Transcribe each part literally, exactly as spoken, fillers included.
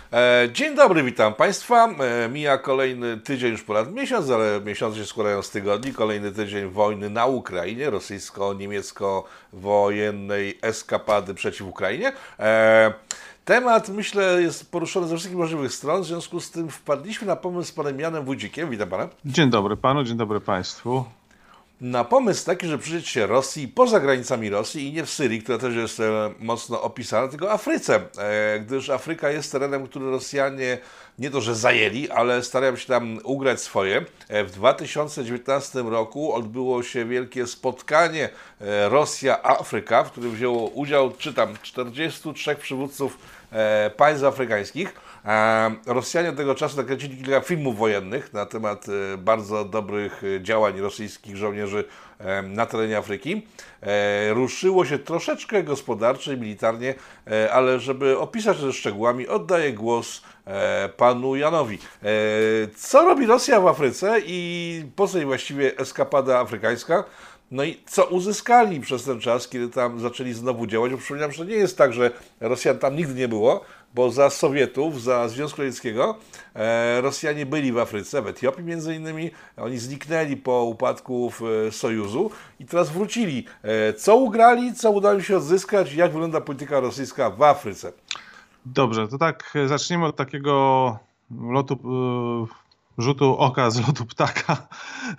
E, Dzień dobry, witam Państwa. E, Mija kolejny tydzień, już ponad miesiąc, ale miesiące się składają z tygodni. Kolejny tydzień wojny na Ukrainie, rosyjsko-niemiecko-wojennej eskapady przeciw Ukrainie. E, Temat, myślę, jest poruszony ze wszystkich możliwych stron, w związku z tym wpadliśmy na pomysł z panem Janem Wójcikiem, witam pana, Dzień dobry panu, dzień dobry państwu. na pomysł taki, że przyjrzeć się Rosji poza granicami Rosji i nie w Syrii, która też jest e, mocno opisana, tylko Afryce, e, gdyż Afryka jest terenem, który Rosjanie nie to, że zajęli, ale starają się tam ugrać swoje. E, w dwa tysiące dziewiętnastym roku odbyło się wielkie spotkanie e, Rosja-Afryka, w którym wzięło udział, czytam, czterdziestu trzech przywódców e, państw afrykańskich. E, Rosjanie od tego czasu nakręcili kilka filmów wojennych na temat e, bardzo dobrych e, działań rosyjskich żołnierzy e, na terenie Afryki. E, Ruszyło się troszeczkę gospodarczo i militarnie, e, ale żeby opisać to ze szczegółami, oddaję głos e, panu Janowi. E, Co robi Rosja w Afryce i po co jej właściwie eskapada afrykańska? No i co uzyskali przez ten czas, kiedy tam zaczęli znowu działać? Bo przypominam, że to nie jest tak, że Rosjan tam nigdy nie było, bo za Sowietów, za Związku Radzieckiego e, Rosjanie byli w Afryce, w Etiopii między innymi. Oni zniknęli po upadku e, Sojuszu i teraz wrócili. E, co ugrali, co udało im się odzyskać, jak wygląda polityka rosyjska w Afryce? Dobrze, to tak zaczniemy od takiego lotu, y, rzutu oka z lotu ptaka,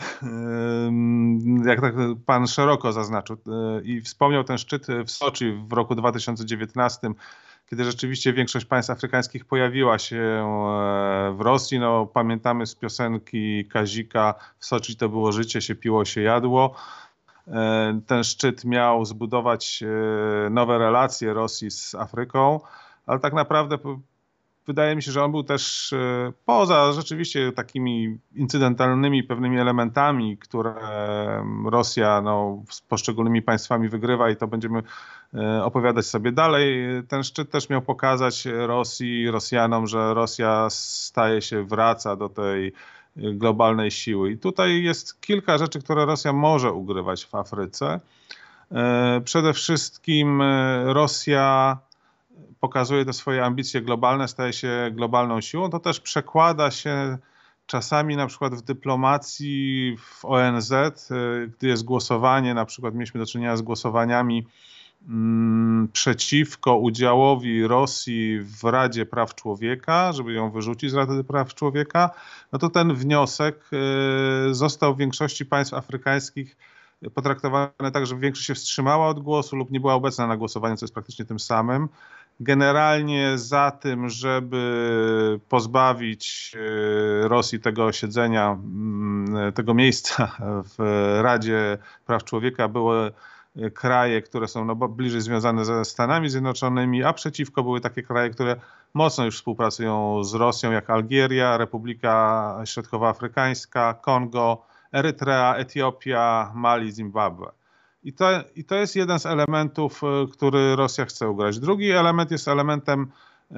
Y, jak tak pan szeroko zaznaczył y, i wspomniał ten szczyt w Soczi w roku dwa tysiące dziewiętnastym, kiedy rzeczywiście większość państw afrykańskich pojawiła się e, w Rosji. No, pamiętamy z piosenki Kazika, w Soczi to było życie, się piło, się jadło. E, Ten szczyt miał zbudować e, nowe relacje Rosji z Afryką, ale tak naprawdę p- wydaje mi się, że on był też e, poza rzeczywiście takimi incydentalnymi pewnymi elementami, które Rosja no, z poszczególnymi państwami wygrywa i to będziemy e, opowiadać sobie dalej. Ten szczyt też miał pokazać Rosji, Rosjanom, że Rosja staje się, wraca do tej globalnej siły. I tutaj jest kilka rzeczy, które Rosja może ugrywać w Afryce. E, Przede wszystkim e, Rosja pokazuje te swoje ambicje globalne, staje się globalną siłą. To też przekłada się czasami na przykład w dyplomacji, w O N Z, y, gdy jest głosowanie, na przykład mieliśmy do czynienia z głosowaniami mm, przeciwko udziałowi Rosji w Radzie Praw Człowieka, żeby ją wyrzucić z Rady Praw Człowieka, no to ten wniosek y, został w większości państw afrykańskich potraktowane tak, że większość się wstrzymała od głosu lub nie była obecna na głosowaniu, co jest praktycznie tym samym. Generalnie za tym, żeby pozbawić e, Rosji tego siedzenia, mm, tego miejsca w Radzie Praw Człowieka, były kraje, które są no, bo bliżej związane ze Stanami Zjednoczonymi, a przeciwko były takie kraje, które mocno już współpracują z Rosją, jak Algieria, Republika Środkowoafrykańska, Kongo, Erytrea, Etiopia, Mali, Zimbabwe. I to, I to jest jeden z elementów, y, który Rosja chce ugrać. Drugi element jest elementem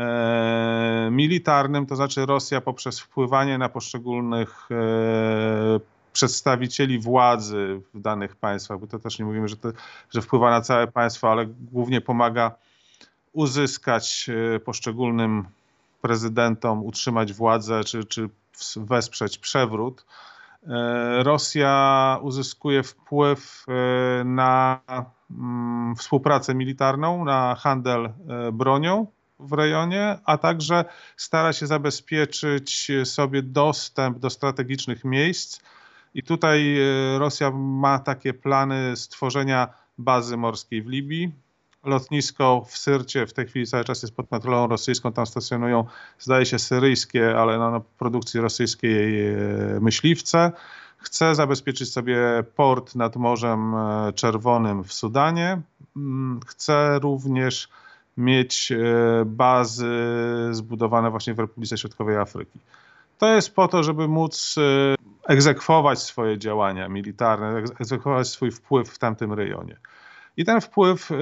e, militarnym, to znaczy Rosja poprzez wpływanie na poszczególnych e, przedstawicieli władzy w danych państwach, bo to też nie mówimy, że, to, że wpływa na całe państwo, ale głównie pomaga uzyskać e, poszczególnym prezydentom, utrzymać władzę czy, czy wesprzeć przewrót. E, Rosja uzyskuje wpływ e, na mm, współpracę militarną, na handel e, bronią w rejonie, a także stara się zabezpieczyć sobie dostęp do strategicznych miejsc. I tutaj e, Rosja ma takie plany stworzenia bazy morskiej w Libii. Lotnisko w Syrcie w tej chwili cały czas jest pod kontrolą rosyjską. Tam stacjonują, zdaje się, syryjskie, ale no, na produkcji rosyjskiej e, myśliwce. Chce zabezpieczyć sobie port nad Morzem e, Czerwonym w Sudanie. Mm, Chce również mieć e, bazy zbudowane właśnie w Republice Środkowej Afryki. To jest po to, żeby móc e, egzekwować swoje działania militarne, egzekwować swój wpływ w tamtym rejonie. I ten wpływ, e,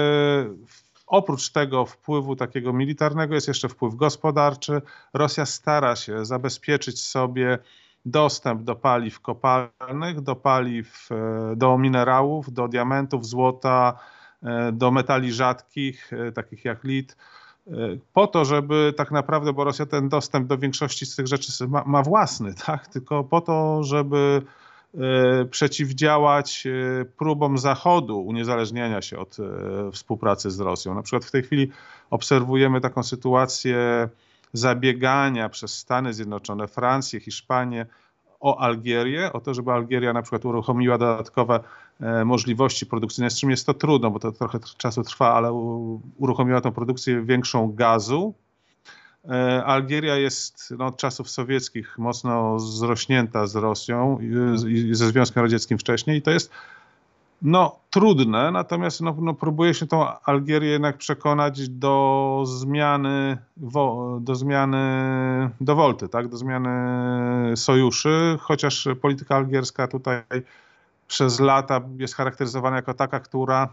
oprócz tego wpływu takiego militarnego, jest jeszcze wpływ gospodarczy. Rosja stara się zabezpieczyć sobie dostęp do paliw kopalnych, do paliw, e, do minerałów, do diamentów, złota, e, do metali rzadkich, e, takich jak lit, po to, żeby tak naprawdę, bo Rosja ten dostęp do większości z tych rzeczy ma, ma własny, tak? Tylko po to, żeby przeciwdziałać próbom Zachodu uniezależniania się od współpracy z Rosją. Na przykład w tej chwili obserwujemy taką sytuację zabiegania przez Stany Zjednoczone, Francję, Hiszpanię o Algierię, o to, żeby Algieria na przykład uruchomiła dodatkowe możliwości produkcyjne, z czym jest to trudno, bo to trochę czasu trwa, ale uruchomiła tą produkcję większą gazu. Algieria jest no, od czasów sowieckich mocno zrośnięta z Rosją i ze Związkiem Radzieckim wcześniej i to jest no, trudne, natomiast no, no, próbuje się tą Algierię jednak przekonać do zmiany, do zmiany, do wolty, tak? Do zmiany sojuszy, chociaż polityka algierska tutaj przez lata jest charakteryzowana jako taka, która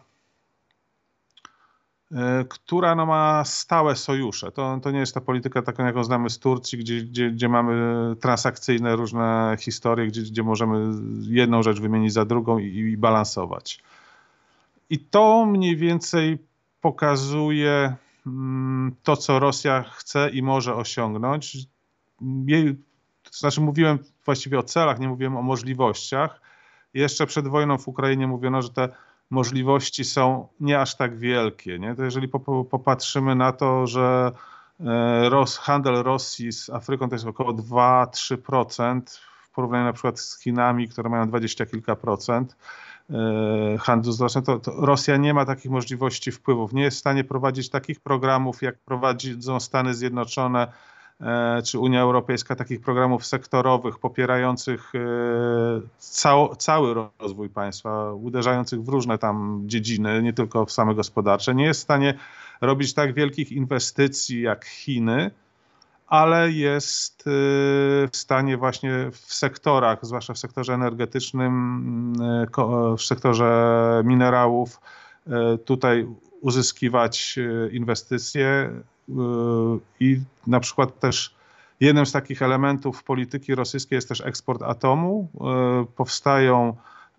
która no ma stałe sojusze. To, to nie jest ta polityka taką, jaką znamy z Turcji, gdzie, gdzie, gdzie mamy transakcyjne różne historie, gdzie, gdzie możemy jedną rzecz wymienić za drugą i, i balansować. I to mniej więcej pokazuje mm, to, co Rosja chce i może osiągnąć. Jej, to znaczy mówiłem właściwie o celach, nie mówiłem o możliwościach. Jeszcze przed wojną w Ukrainie mówiono, że te możliwości są nie aż tak wielkie. Nie? To jeżeli popatrzymy na to, że Ros, handel Rosji z Afryką to jest około dwa do trzech procent w porównaniu na przykład z Chinami, które mają dwadzieścia kilka procent handlu z Rosją, to, to Rosja nie ma takich możliwości wpływów. Nie jest w stanie prowadzić takich programów, jak prowadzą Stany Zjednoczone czy Unia Europejska, takich programów sektorowych popierających cał, cały rozwój państwa, uderzających w różne tam dziedziny, nie tylko w same gospodarcze. Nie jest w stanie robić tak wielkich inwestycji jak Chiny, ale jest w stanie właśnie w sektorach, zwłaszcza w sektorze energetycznym, w sektorze minerałów, tutaj uzyskiwać inwestycje. I na przykład też jednym z takich elementów polityki rosyjskiej jest też eksport atomu. Powstają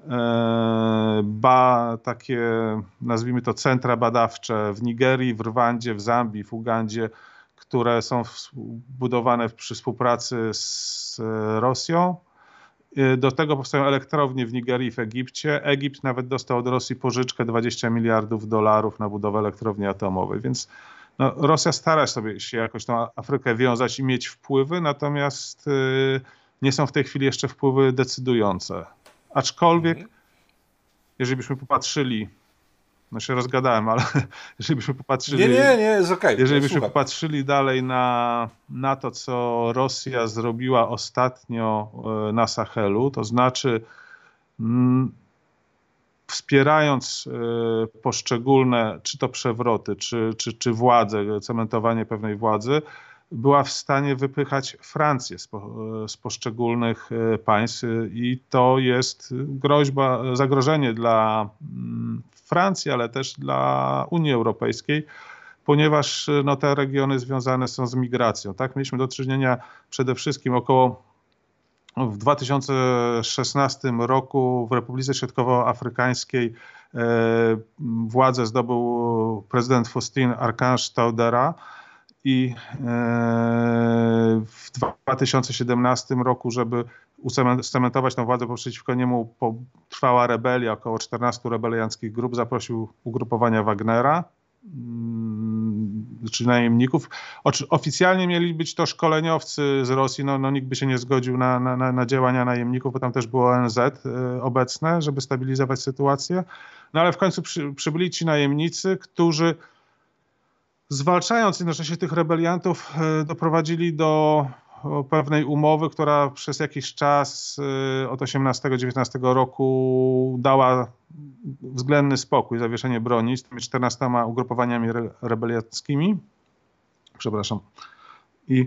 ba, takie, nazwijmy to, centra badawcze w Nigerii, w Rwandzie, w Zambii, w Ugandzie, które są budowane przy współpracy z Rosją. Do tego powstają elektrownie w Nigerii i w Egipcie. Egipt nawet dostał od Rosji pożyczkę dwadzieścia miliardów dolarów na budowę elektrowni atomowej, więc no, Rosja stara sobie się jakoś tą Afrykę wiązać i mieć wpływy, natomiast y, nie są w tej chwili jeszcze wpływy decydujące. Aczkolwiek, mhm. jeżeli byśmy popatrzyli, no się rozgadałem, ale jeżeli byśmy popatrzyli... Nie, nie, nie, jest okej. Jeżeli byśmy Słucham. popatrzyli dalej na, na to, co Rosja zrobiła ostatnio y, na Sahelu, to znaczy... Mm, wspierając poszczególne, czy to przewroty, czy, czy, czy władze, cementowanie pewnej władzy, była w stanie wypychać Francję z, po, z poszczególnych państw i to jest groźba, zagrożenie dla Francji, ale też dla Unii Europejskiej, ponieważ no, te regiony związane są z migracją. Tak? Mieliśmy do czynienia przede wszystkim około w dwa tysiące szesnastym roku w Republice Środkowoafrykańskiej władzę zdobył prezydent Faustin Archange Touadera i w dwa tysiące siedemnastym roku, żeby ucementować tę władzę, bo przeciwko niemu trwała rebelia, około czternastu rebelianckich grup, zaprosił ugrupowania Wagnera, czy najemników. Oficjalnie mieli być to szkoleniowcy z Rosji, no, no nikt by się nie zgodził na, na, na działania najemników, bo tam też było O N Z obecne, żeby stabilizować sytuację. No ale w końcu przy, przybyli ci najemnicy, którzy zwalczając jednocześnie tych rebeliantów doprowadzili do pewnej umowy, która przez jakiś czas od osiemnastego dziewiętnastego roku dała względny spokój, zawieszenie broni z tymi czternastoma ugrupowaniami re rebelianckimi. Przepraszam. I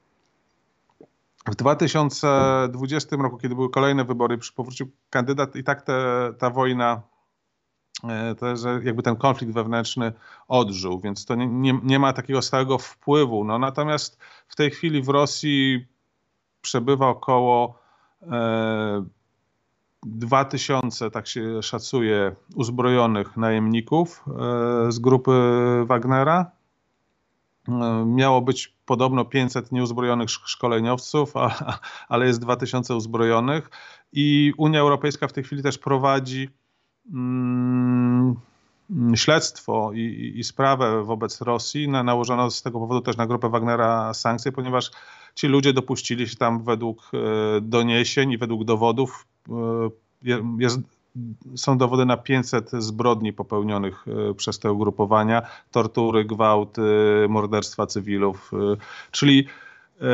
w dwa tysiące dwudziestym roku, kiedy były kolejne wybory, przy powróciu kandydat, i tak te, ta wojna, to, że jakby ten konflikt wewnętrzny odżył, więc to nie, nie, nie ma takiego stałego wpływu. No, natomiast w tej chwili w Rosji przebywa około e, dwa tysiące, tak się szacuje, uzbrojonych najemników e, z grupy Wagnera. miało być podobno pięćset nieuzbrojonych szkoleniowców, a, ale jest dwa tysiące uzbrojonych i Unia Europejska w tej chwili też prowadzi mm, śledztwo i, i sprawę wobec Rosji. Na, nałożono z tego powodu też na grupę Wagnera sankcje, ponieważ ci ludzie dopuścili się tam według e, doniesień i według dowodów, e, jest, są dowody na pięćset zbrodni popełnionych e, przez te ugrupowania, tortury, gwałty, morderstwa cywilów, e, czyli e,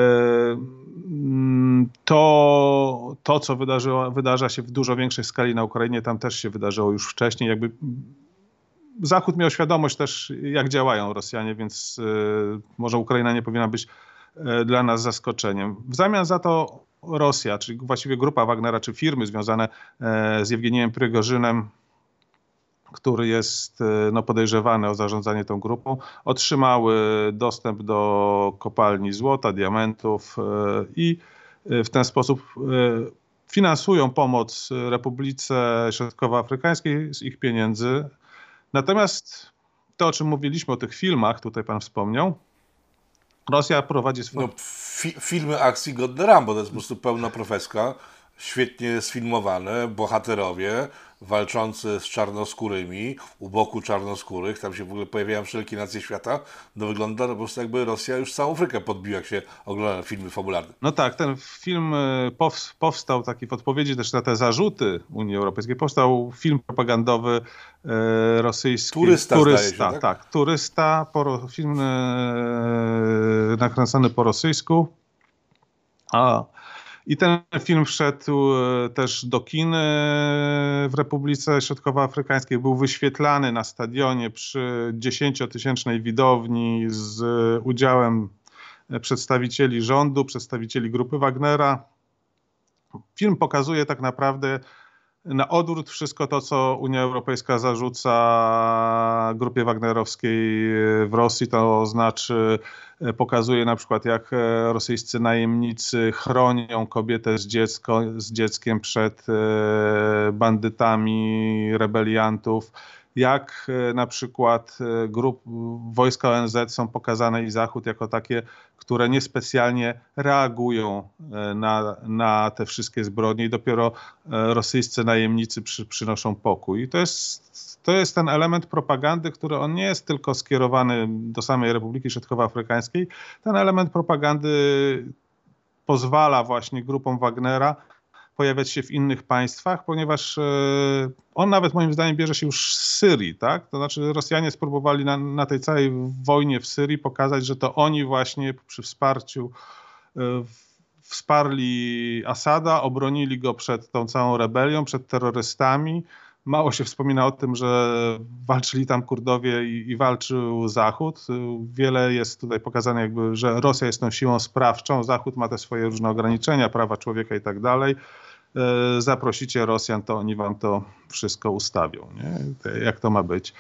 to, to, co wydarzyło, wydarza się w dużo większej skali na Ukrainie, tam też się wydarzyło już wcześniej. Jakby Zachód miał świadomość też, jak działają Rosjanie, więc y, może Ukraina nie powinna być y, dla nas zaskoczeniem. W zamian za to Rosja, czyli właściwie grupa Wagnera, czy firmy związane y, z Jewgenijem Prygorzynem, który jest y, no, podejrzewany o zarządzanie tą grupą, otrzymały dostęp do kopalni złota, diamentów y, i y, w ten sposób y, finansują pomoc Republice Środkowoafrykańskiej z ich pieniędzy. Natomiast to, o czym mówiliśmy, o tych filmach, tutaj pan wspomniał, Rosja prowadzi swoje... No, fi filmy akcji godne Rambo, to jest po prostu pełna profeska, świetnie sfilmowane, bohaterowie walczący z czarnoskórymi, u boku czarnoskórych, tam się w ogóle pojawiają wszelkie nacje świata, no wygląda no, po prostu jakby Rosja już całą Afrykę podbiła, jak się ogląda filmy fabularne. No tak, ten film powstał taki w odpowiedzi też na te zarzuty Unii Europejskiej, powstał film propagandowy e, rosyjski. Turysta, turysta zdaje się, tak? tak, Turysta, poro, film e, nakręcony po rosyjsku. A I ten film wszedł też do kin w Republice Środkowoafrykańskiej. Był wyświetlany na stadionie przy dziesięciotysięcznej widowni z udziałem przedstawicieli rządu, przedstawicieli grupy Wagnera. Film pokazuje tak naprawdę na odwrót wszystko to, co Unia Europejska zarzuca grupie wagnerowskiej w Rosji. To znaczy pokazuje na przykład, jak rosyjscy najemnicy chronią kobietę z, dziecko, z dzieckiem przed bandytami rebeliantów, jak na przykład grup, wojska O N Z są pokazane i Zachód jako takie, które niespecjalnie reagują na, na te wszystkie zbrodnie i dopiero rosyjscy najemnicy przy, przynoszą pokój. I to jest, to jest ten element propagandy, który on nie jest tylko skierowany do samej Republiki Środkowoafrykańskiej. Ten element propagandy pozwala właśnie grupom Wagnera pojawiać się w innych państwach, ponieważ on nawet moim zdaniem bierze się już z Syrii, tak? To znaczy Rosjanie spróbowali na, na tej całej wojnie w Syrii pokazać, że to oni właśnie przy wsparciu wsparli Asada, obronili go przed tą całą rebelią, przed terrorystami. Mało się wspomina o tym, że walczyli tam Kurdowie i, i walczył Zachód. Wiele jest tutaj pokazane jakby, że Rosja jest tą siłą sprawczą, Zachód ma te swoje różne ograniczenia, prawa człowieka i tak dalej. Zaprosicie Rosjan, to oni wam to wszystko ustawią. Nie? Jak to ma być?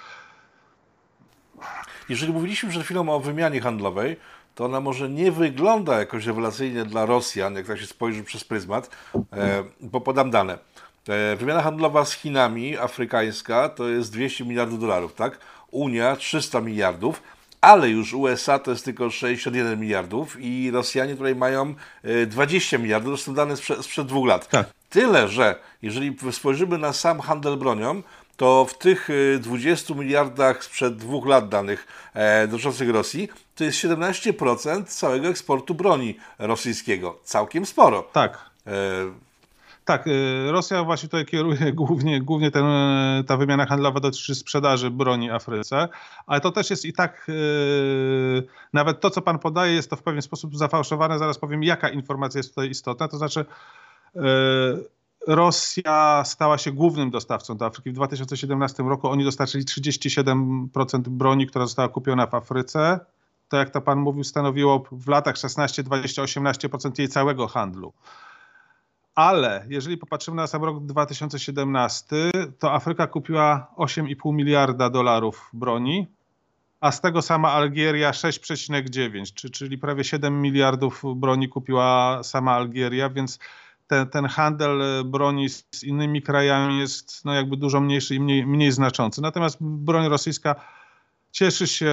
Jeżeli mówiliśmy przed chwilą o wymianie handlowej, to ona może nie wygląda jakoś rewelacyjnie dla Rosjan, jak tak się spojrzy przez pryzmat, bo podam dane. Wymiana handlowa z Chinami, afrykańska, to jest dwieście miliardów dolarów, tak? Unia trzysta miliardów, ale już U S A to jest tylko sześćdziesiąt jeden miliardów i Rosjanie tutaj mają dwadzieścia miliardów, to są dane sprzed, sprzed dwóch lat. Tak. Tyle, że jeżeli spojrzymy na sam handel bronią, to w tych dwudziestu miliardach sprzed dwóch lat danych e, dotyczących Rosji, to jest siedemnaście procent całego eksportu broni rosyjskiego. Całkiem sporo. Tak. E, Tak, Rosja właśnie tutaj kieruje głównie, głównie ten, ta wymiana handlowa dotyczy sprzedaży broni Afryce, ale to też jest i tak, yy, nawet to, co pan podaje, jest to w pewien sposób zafałszowane. Zaraz powiem, jaka informacja jest tutaj istotna. To znaczy yy, Rosja stała się głównym dostawcą do Afryki. W dwa tysiące siedemnastym roku oni dostarczyli trzydzieści siedem procent broni, która została kupiona w Afryce. To, jak to pan mówił, stanowiło w latach szesnaście, dwadzieścia, osiemnaście procent jej całego handlu. Ale jeżeli popatrzymy na sam rok dwa tysiące siedemnasty, to Afryka kupiła osiem i pół miliarda dolarów broni, a z tego sama Algieria sześć przecinek dziewięć, czyli prawie siedem miliardów broni kupiła sama Algieria, więc ten, ten handel broni z, z innymi krajami jest no jakby dużo mniejszy i mniej, mniej znaczący. Natomiast broń rosyjska Cieszy się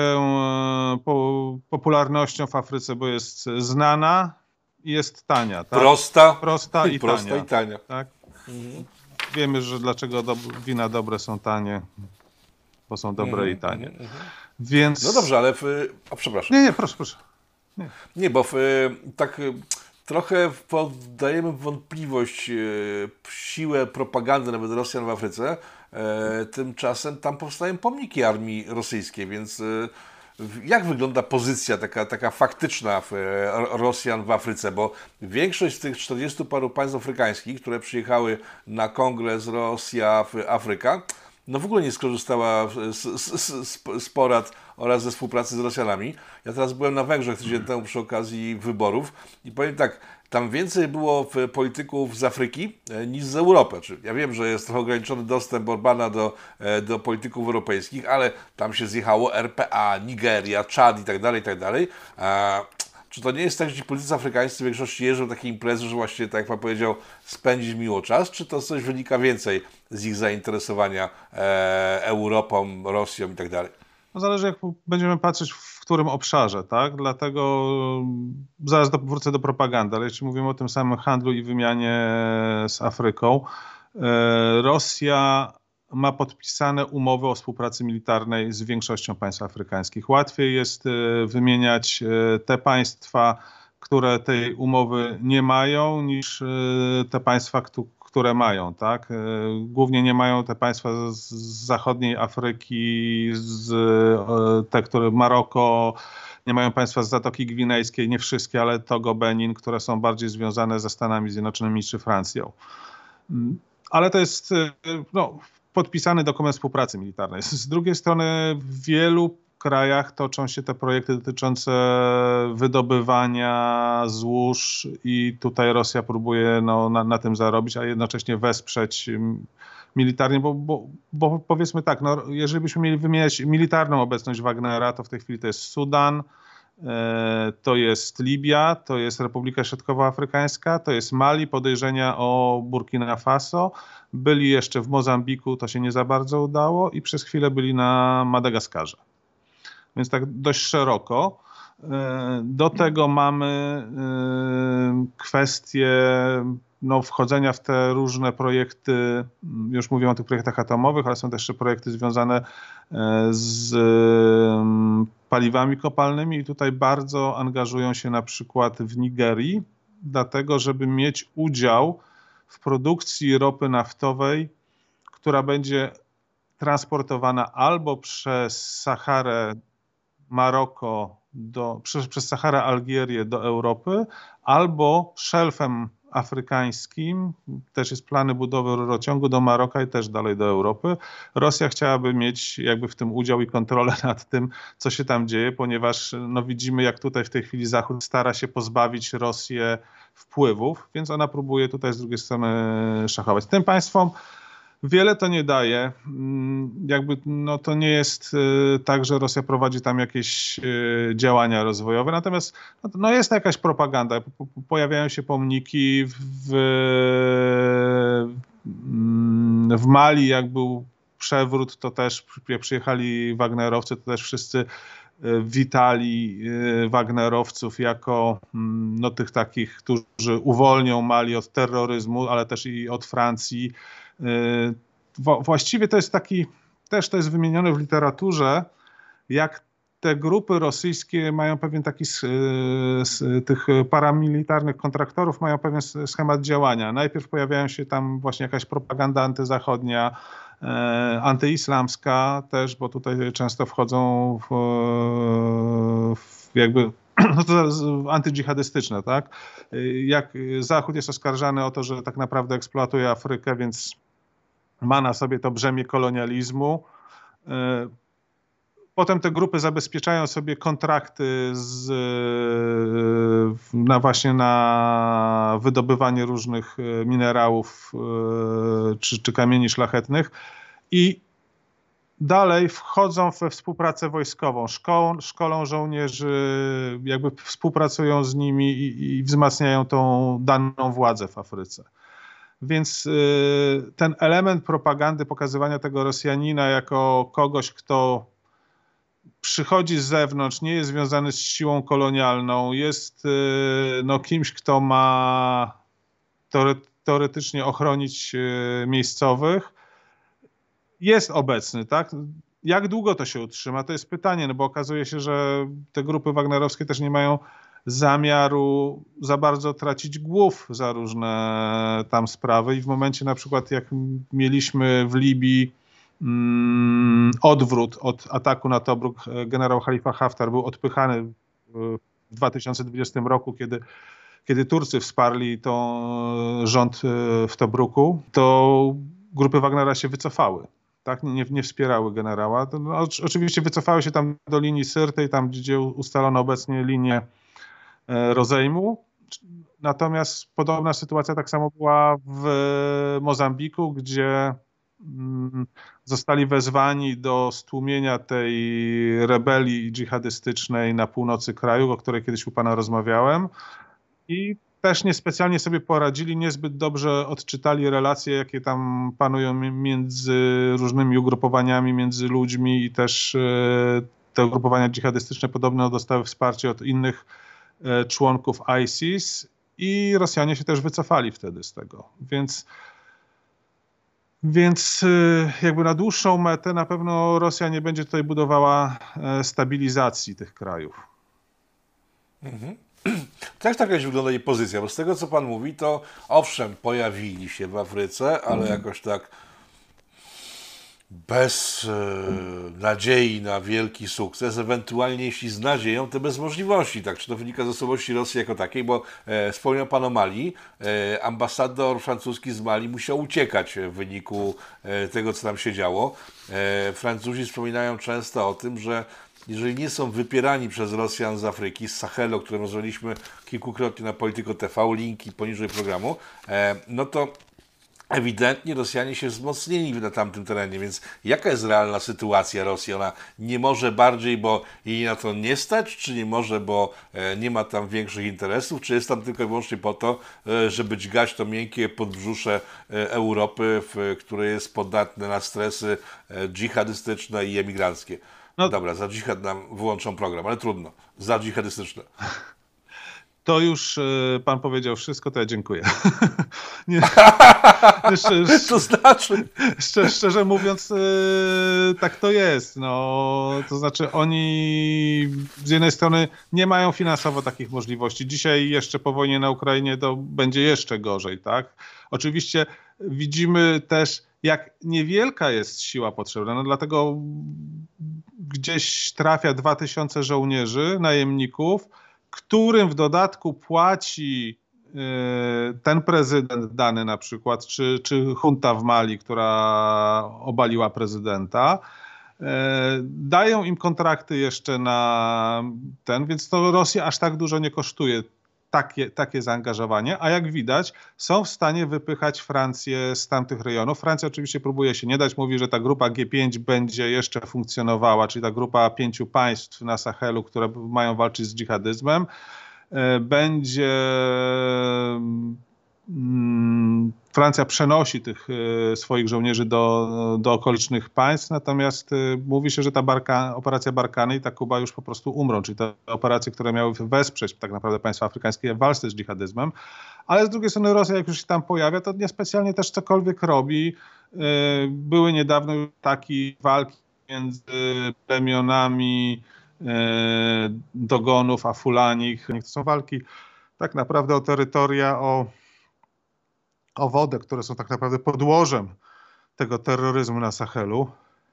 po, popularnością w Afryce, bo jest znana i jest tania, tak? Prosta, Prosta i prosta i tania, tania. tak? Wiemy, że dlaczego do, wina dobre są tanie, bo są dobre Mhm, i tanie. mhm, mhm. Więc... No dobrze, ale... W, o, przepraszam. Nie, nie, proszę, proszę. Nie. Nie, bo w, tak trochę poddajemy w wątpliwość siłę propagandy nawet Rosjan w Afryce. Tymczasem tam powstają pomniki armii rosyjskiej, więc jak wygląda pozycja taka, taka faktyczna w, Rosjan w Afryce? Bo większość z tych czterdziestu paru państw afrykańskich, które przyjechały na kongres Rosja w Afryka, no w ogóle nie skorzystała z, z, z, z porad oraz ze współpracy z Rosjanami. Ja teraz byłem na Węgrzech tydzień temu przy okazji wyborów i powiem tak, tam więcej było polityków z Afryki niż z Europy. Ja wiem, że jest trochę ograniczony dostęp Orbana do, do polityków europejskich, ale tam się zjechało R P A, Nigeria, Czad i tak dalej, i tak dalej. Czy to nie jest tak, że ci politycy afrykańscy w większości jeżdżą takie imprezy, że właśnie, tak jak pan powiedział, spędzić miło czas, czy to coś wynika więcej z ich zainteresowania e, Europą, Rosją i tak dalej? No zależy, jak będziemy patrzeć, w którym obszarze, tak? Dlatego zaraz do, wrócę do propagandy, ale jeśli mówimy o tym samym handlu i wymianie z Afryką, e, Rosja ma podpisane umowy o współpracy militarnej z większością państw afrykańskich. Łatwiej jest wymieniać te państwa, które tej umowy nie mają, niż te państwa, które mają, tak? Głównie nie mają te państwa z zachodniej Afryki, z te, które Maroko, nie mają państwa z Zatoki Gwinejskiej, nie wszystkie, ale Togo, Benin, które są bardziej związane ze Stanami Zjednoczonymi czy Francją. Ale to jest no, podpisany dokument współpracy militarnej. Z drugiej strony w wielu krajach toczą się te projekty dotyczące wydobywania złóż i tutaj Rosja próbuje no, na, na tym zarobić, a jednocześnie wesprzeć militarnie, bo, bo, bo powiedzmy tak, no, jeżeli byśmy mieli wymieniać militarną obecność Wagnera, to w tej chwili to jest Sudan, to jest Libia, to jest Republika Środkowoafrykańska, to jest Mali, podejrzenia o Burkina Faso, byli jeszcze w Mozambiku, to się nie za bardzo udało i przez chwilę byli na Madagaskarze. Więc tak dość szeroko. Do tego mamy kwestię no, wchodzenia w te różne projekty, już mówię o tych projektach atomowych, ale są też jeszcze projekty związane z paliwami kopalnymi i tutaj bardzo angażują się na przykład w Nigerii, dlatego żeby mieć udział w produkcji ropy naftowej, która będzie transportowana albo przez Saharę, Maroko, do, przez, przez Saharę, Algierię do Europy, albo szelfem afrykańskim, też jest plany budowy rurociągu do Maroka i też dalej do Europy. Rosja chciałaby mieć jakby w tym udział i kontrolę nad tym, co się tam dzieje, ponieważ no, widzimy, jak tutaj w tej chwili Zachód stara się pozbawić Rosję wpływów, więc ona próbuje tutaj z drugiej strony szachować. Tym państwom wiele to nie daje. Jakby no to nie jest tak, że Rosja prowadzi tam jakieś działania rozwojowe, natomiast no jest jakaś propaganda. Pojawiają się pomniki w, w Mali, jak był przewrót, to też jak przyjechali Wagnerowcy, to też wszyscy witali Wagnerowców jako no, tych takich, którzy uwolnią Mali od terroryzmu, ale też i od Francji. Właściwie to jest taki, też to jest wymienione w literaturze, jak te grupy rosyjskie mają pewien taki, z, z tych paramilitarnych kontraktorów mają pewien schemat działania. Najpierw pojawiają się tam właśnie jakaś propaganda antyzachodnia, antyislamska też, bo tutaj często wchodzą w, w jakby no to antydżihadystyczne, tak? Jak Zachód jest oskarżany o to, że tak naprawdę eksploatuje Afrykę, więc ma na sobie to brzemię kolonializmu. Potem te grupy zabezpieczają sobie kontrakty z, na właśnie na wydobywanie różnych minerałów czy, czy kamieni szlachetnych i dalej wchodzą we współpracę wojskową, szkolą, szkolą żołnierzy, jakby współpracują z nimi i, i wzmacniają tą daną władzę w Afryce. Więc y, ten element propagandy, pokazywania tego Rosjanina jako kogoś, kto przychodzi z zewnątrz, nie jest związany z siłą kolonialną, jest no, kimś, kto ma teoretycznie ochronić miejscowych, jest obecny, tak? Jak długo to się utrzyma? To jest pytanie, no bo okazuje się, że te grupy wagnerowskie też nie mają zamiaru za bardzo tracić głów za różne tam sprawy i w momencie na przykład jak mieliśmy w Libii mm, odwrót od ataku na Tobruk, generał Khalifa Haftar był odpychany w dwa tysiące dwudziestym roku, kiedy kiedy Turcy wsparli to rząd w Tobruku, to grupy Wagnera się wycofały. Tak? Nie, nie wspierały generała. To, no, oczywiście wycofały się tam do linii Syrtej, tam gdzie ustalono obecnie linię rozejmu. Natomiast podobna sytuacja tak samo była w Mozambiku, gdzie mm, zostali wezwani do stłumienia tej rebelii dżihadystycznej na północy kraju, o której kiedyś u pana rozmawiałem. I też niespecjalnie sobie poradzili, niezbyt dobrze odczytali relacje, jakie tam panują między różnymi ugrupowaniami, między ludźmi i też te ugrupowania dżihadystyczne podobno dostały wsparcie od innych członków ISIS i Rosjanie się też wycofali wtedy z tego. Więc, więc jakby na dłuższą metę na pewno Rosja nie będzie tutaj budowała stabilizacji tych krajów. Mhm. To jak taka wygląda jej pozycja? Bo z tego, co pan mówi, to owszem, pojawili się w Afryce, ale jakoś tak bez e, nadziei na wielki sukces, ewentualnie jeśli z nadzieją, to bez możliwości. Tak, czy to wynika z osobowości Rosji jako takiej, bo e, wspomniał pan o Mali, e, ambasador francuski z Mali musiał uciekać w wyniku e, tego, co tam się działo. E, Francuzi wspominają często o tym, że jeżeli nie są wypierani przez Rosjan z Afryki, z Sahelu, o którym rozmawialiśmy kilkukrotnie na Polityko T V, linki poniżej programu, e, no to ewidentnie Rosjanie się wzmocnili na tamtym terenie, więc jaka jest realna sytuacja Rosji? Ona nie może bardziej, bo jej na to nie stać, czy nie może, bo e, nie ma tam większych interesów, czy jest tam tylko i wyłącznie po to, e, żeby dźgać to miękkie podbrzusze e, Europy, w, które jest podatne na stresy e, dżihadystyczne i emigranckie? No dobra, za dżihad nam wyłączą program, ale trudno. Za dżihadystyczne. To już y, pan powiedział wszystko, to ja dziękuję. Nie, szczerze, to znaczy? Szczerze, szczerze mówiąc, y, tak to jest. No, to znaczy oni z jednej strony nie mają finansowo takich możliwości. Dzisiaj jeszcze po wojnie na Ukrainie to będzie jeszcze gorzej, tak? Oczywiście widzimy też, jak niewielka jest siła potrzebna. No dlatego gdzieś trafia dwa tysiące żołnierzy, najemników, którym w dodatku płaci ten prezydent dany na przykład, czy, czy junta w Mali, która obaliła prezydenta, dają im kontrakty jeszcze na ten, więc to Rosję aż tak dużo nie kosztuje takie, takie zaangażowanie, a jak widać są w stanie wypychać Francję z tamtych rejonów. Francja oczywiście próbuje się nie dać, mówi, że ta grupa G pięć będzie jeszcze funkcjonowała, czyli ta grupa pięciu państw na Sahelu, które mają walczyć z dżihadyzmem, będzie Francja przenosi tych swoich żołnierzy do, do okolicznych państw, natomiast mówi się, że ta Barka, operacja Barkany i ta Kuba już po prostu umrą, czyli te operacje, które miały wesprzeć tak naprawdę państwa afrykańskie w walce z dżihadyzmem, ale z drugiej strony Rosja, jak już się tam pojawia, to niespecjalnie też cokolwiek robi. Były niedawno takie walki między plemionami Dogonów a Fulanich. To są walki tak naprawdę o terytoria, o, o wodę, które są tak naprawdę podłożem tego terroryzmu na Sahelu.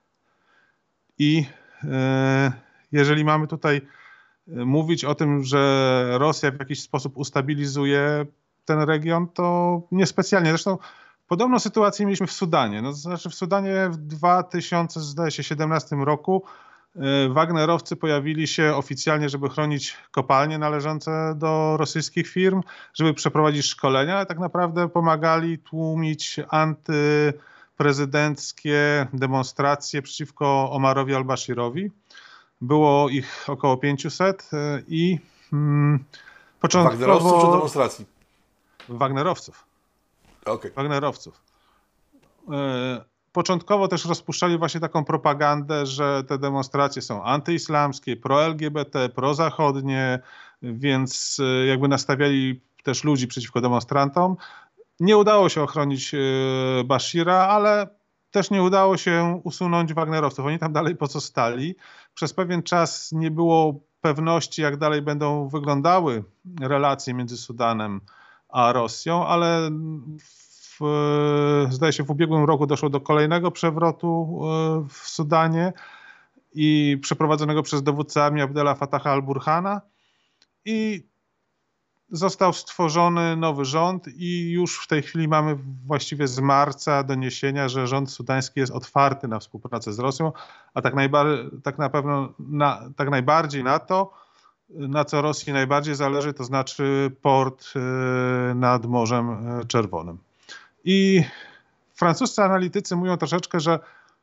I e, jeżeli mamy tutaj mówić o tym, że Rosja w jakiś sposób ustabilizuje ten region, to niespecjalnie. Zresztą podobną sytuację mieliśmy w Sudanie. No, to znaczy w Sudanie w dwa tysiące siedemnastym roku Wagnerowcy pojawili się oficjalnie, żeby chronić kopalnie należące do rosyjskich firm, żeby przeprowadzić szkolenia, ale tak naprawdę pomagali tłumić antyprezydenckie demonstracje przeciwko Omarowi al-Bashirowi. Było ich około pięćset i hmm, początkowo... Wagnerowców czy demonstracji? Wagnerowców. Okay. Wagnerowców. początkowo też rozpuszczali właśnie taką propagandę, że te demonstracje są antyislamskie, pro-L G B T, prozachodnie, więc jakby nastawiali też ludzi przeciwko demonstrantom. Nie udało się ochronić Bashira, ale też nie udało się usunąć Wagnerowców. Oni tam dalej pozostali. Przez pewien czas nie było pewności, jak dalej będą wyglądały relacje między Sudanem a Rosją, ale w, zdaje się w ubiegłym roku doszło do kolejnego przewrotu w Sudanie i przeprowadzonego przez dowódcę armii Abdela Fataha al-Burhana i został stworzony nowy rząd i już w tej chwili mamy właściwie z marca doniesienia, że rząd sudański jest otwarty na współpracę z Rosją, a tak, najbar- tak na pewno na, tak najbardziej na to, na co Rosji najbardziej zależy, to znaczy port nad Morzem Czerwonym. I francuscy analitycy mówią troszeczkę, że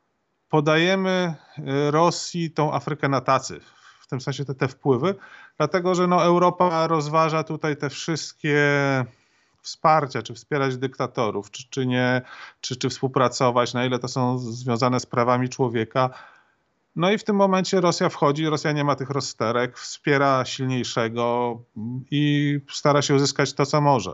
podajemy Rosji tą Afrykę na tacy, w tym sensie te, te wpływy, dlatego że no, Europa rozważa tutaj te wszystkie wsparcia, czy wspierać dyktatorów, czy, czy nie, czy, czy współpracować, na ile to są związane z prawami człowieka. No i w tym momencie Rosja wchodzi, Rosja nie ma tych rozsterek, wspiera silniejszego i stara się uzyskać to, co może.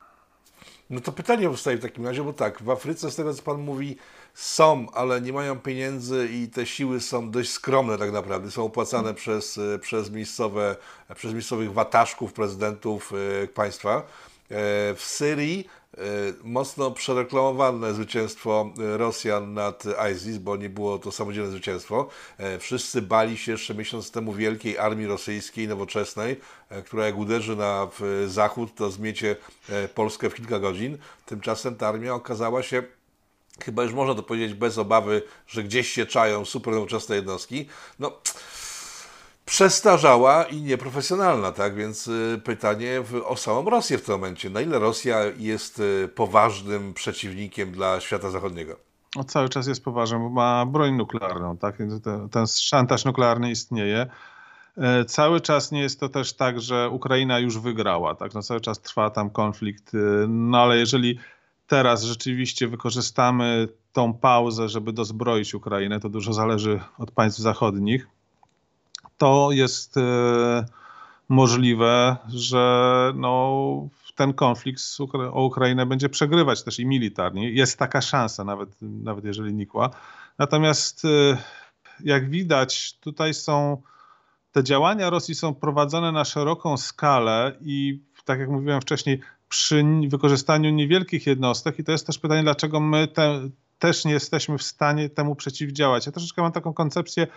No to pytanie powstaje w takim razie, bo tak, w Afryce z tego, co pan mówi, są, ale nie mają pieniędzy i te siły są dość skromne tak naprawdę. Są opłacane przez, przez, miejscowe, przez miejscowych wataszków, prezydentów państwa. W Syrii mocno przereklamowane zwycięstwo Rosjan nad ISIS, bo nie było to samodzielne zwycięstwo. Wszyscy bali się jeszcze miesiąc temu wielkiej armii rosyjskiej, nowoczesnej, która jak uderzy na zachód, to zmiecie Polskę w kilka godzin. Tymczasem ta armia okazała się, chyba już można to powiedzieć bez obawy, że gdzieś się czają super nowoczesne jednostki, no przestarzała i nieprofesjonalna, tak? Więc pytanie o samą Rosję w tym momencie. Na ile Rosja jest poważnym przeciwnikiem dla świata zachodniego? No, cały czas jest poważny, bo ma broń nuklearną, tak? Ten, ten szantaż nuklearny istnieje. Cały czas nie jest to też tak, że Ukraina już wygrała, tak? No, cały czas trwa tam konflikt, no ale jeżeli teraz rzeczywiście wykorzystamy tą pauzę, żeby dozbroić Ukrainę, to dużo zależy od państw zachodnich, to jest e, możliwe, że no, ten konflikt Ukra- o Ukrainę będzie przegrywać też i militarnie. Jest taka szansa, nawet, nawet jeżeli nikła. Natomiast e, jak widać, tutaj są te działania Rosji są prowadzone na szeroką skalę i tak jak mówiłem wcześniej, przy wykorzystaniu niewielkich jednostek i to jest też pytanie, dlaczego my te, też nie jesteśmy w stanie temu przeciwdziałać. Ja troszeczkę mam taką koncepcję,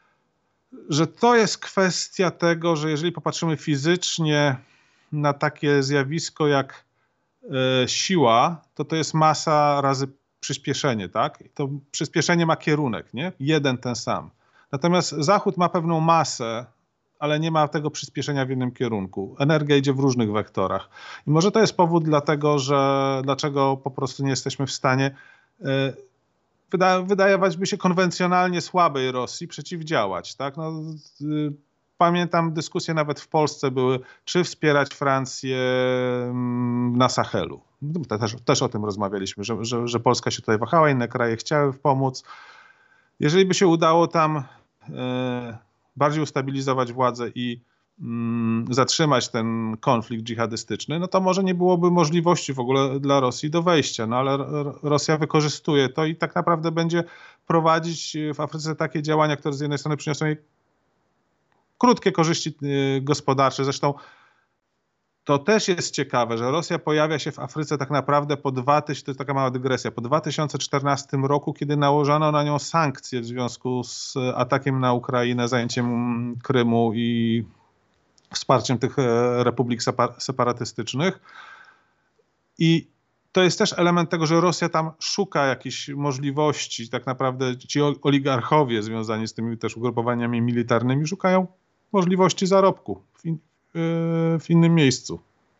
że to jest kwestia tego, że jeżeli popatrzymy fizycznie na takie zjawisko jak e, siła, to to jest masa razy przyspieszenie, tak? I to przyspieszenie ma kierunek, nie? Jeden ten sam. Natomiast Zachód ma pewną masę, ale nie ma tego przyspieszenia w jednym kierunku. Energia idzie w różnych wektorach. I może to jest powód dlatego, że dlaczego po prostu nie jesteśmy w stanie e, Wyda, wydawać by się konwencjonalnie słabej Rosji przeciwdziałać. Tak? No, y, pamiętam dyskusje nawet w Polsce były, czy wspierać Francję na Sahelu. Też, też o tym rozmawialiśmy, że, że, że Polska się tutaj wahała, inne kraje chciały pomóc. Jeżeli by się udało tam y, bardziej ustabilizować władzę i zatrzymać ten konflikt dżihadystyczny, no to może nie byłoby możliwości w ogóle dla Rosji do wejścia, no ale Rosja wykorzystuje to i tak naprawdę będzie prowadzić w Afryce takie działania, które z jednej strony przyniosą jej krótkie korzyści gospodarcze. Zresztą to też jest ciekawe, że Rosja pojawia się w Afryce tak naprawdę po dwa tysiące, to jest taka mała dygresja, po dwa tysiące czternastym roku, kiedy nałożono na nią sankcje w związku z atakiem na Ukrainę, zajęciem Krymu i wsparciem tych republik separatystycznych. I to jest też element tego, że Rosja tam szuka jakichś możliwości. Tak naprawdę ci oligarchowie związani z tymi też ugrupowaniami militarnymi szukają możliwości zarobku w, in, w innym miejscu.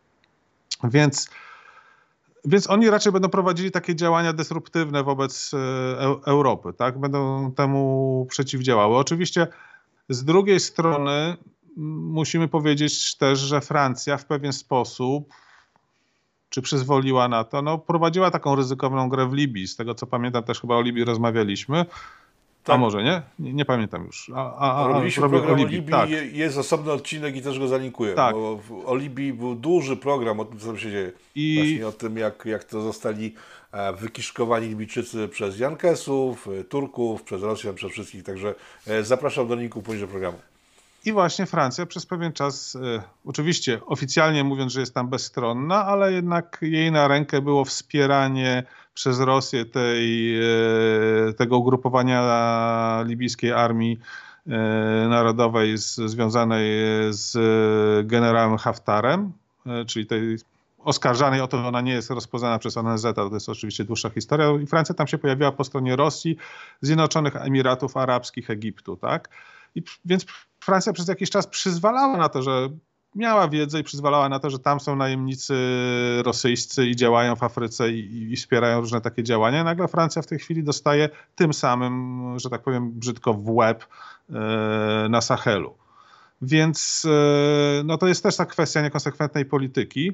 Więc, więc oni raczej będą prowadzili takie działania dysruptywne wobec Europy. Tak? Będą temu przeciwdziałały. Oczywiście z drugiej strony musimy powiedzieć też, że Francja w pewien sposób, czy przyzwoliła na to? No, prowadziła taką ryzykowną grę w Libii. Z tego co pamiętam, też chyba o Libii rozmawialiśmy. Tak. A może nie? Nie, nie pamiętam już. A, a, a, Robiliśmy program o Libii, tak. jest osobny odcinek i też go zalinkuję, Tak. bo w, o Libii był duży program o tym, co tam się dzieje. I... Właśnie o tym, jak, jak to zostali wykiszkowani Libijczycy przez Jankesów, Turków, przez Rosjan, przez wszystkich. Także zapraszam do linku poniżej programu. I właśnie Francja przez pewien czas, e, oczywiście oficjalnie mówiąc, że jest tam bezstronna, ale jednak jej na rękę było wspieranie przez Rosję tej, e, tego ugrupowania libijskiej armii e, narodowej z, związanej z generałem Haftarem, e, czyli tej oskarżanej o to, że ona nie jest rozpoznana przez O N Z, to jest oczywiście dłuższa historia. I Francja tam się pojawiła po stronie Rosji, Zjednoczonych Emiratów Arabskich, Egiptu, tak? I, więc Francja przez jakiś czas przyzwalała na to, że miała wiedzę i przyzwalała na to, że tam są najemnicy rosyjscy i działają w Afryce i, i wspierają różne takie działania. I nagle Francja w tej chwili dostaje tym samym, że tak powiem brzydko, w łeb yy, na Sahelu. Więc yy, no to jest też ta kwestia niekonsekwentnej polityki.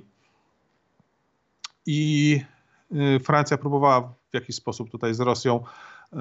I yy, Francja próbowała w jakiś sposób tutaj z Rosją yy,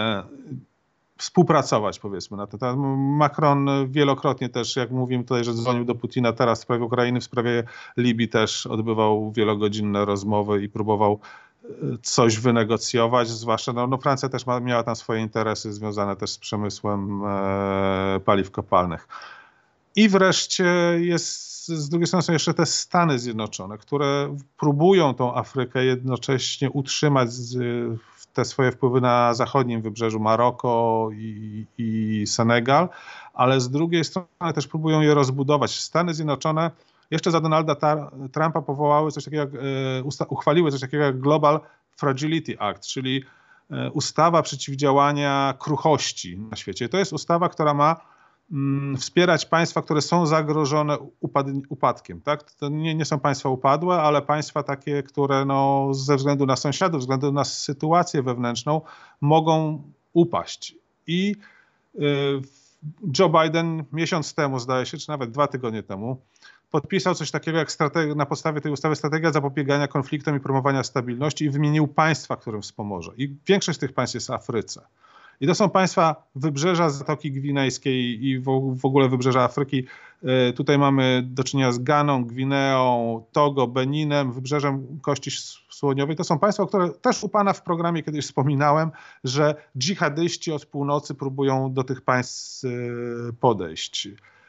współpracować, powiedzmy, na ten temat. Macron wielokrotnie też, jak mówimy tutaj, że dzwonił do Putina teraz w sprawie Ukrainy, w sprawie Libii też odbywał wielogodzinne rozmowy i próbował coś wynegocjować, zwłaszcza, no, no Francja też ma, miała tam swoje interesy związane też z przemysłem e, paliw kopalnych. I wreszcie jest, z drugiej strony są jeszcze te Stany Zjednoczone, które próbują tą Afrykę jednocześnie utrzymać z, te swoje wpływy na zachodnim wybrzeżu, Maroko i, i Senegal, ale z drugiej strony też próbują je rozbudować. Stany Zjednoczone jeszcze za Donalda Trumpa powołały coś takiego, jak, uchwaliły coś takiego jak Global Fragility Act, czyli ustawa przeciwdziałania kruchości na świecie. To jest ustawa, która ma wspierać państwa, które są zagrożone upad upadkiem. Tak? To nie, nie są państwa upadłe, ale państwa takie, które no, ze względu na sąsiadów, ze względu na sytuację wewnętrzną mogą upaść. I y, Joe Biden miesiąc temu, zdaje się, czy nawet dwa tygodnie temu, podpisał coś takiego jak na podstawie tej ustawy strategia zapobiegania konfliktom i promowania stabilności i wymienił państwa, którym wspomoże. I większość z tych państw jest w Afryce. I to są państwa wybrzeża Zatoki Gwinejskiej i w ogóle wybrzeża Afryki. Tutaj mamy do czynienia z Ganą, Gwineą, Togo, Beninem, wybrzeżem Kości Słoniowej. To są państwa, które też u pana w programie kiedyś wspominałem, że dżihadyści od północy próbują do tych państw podejść.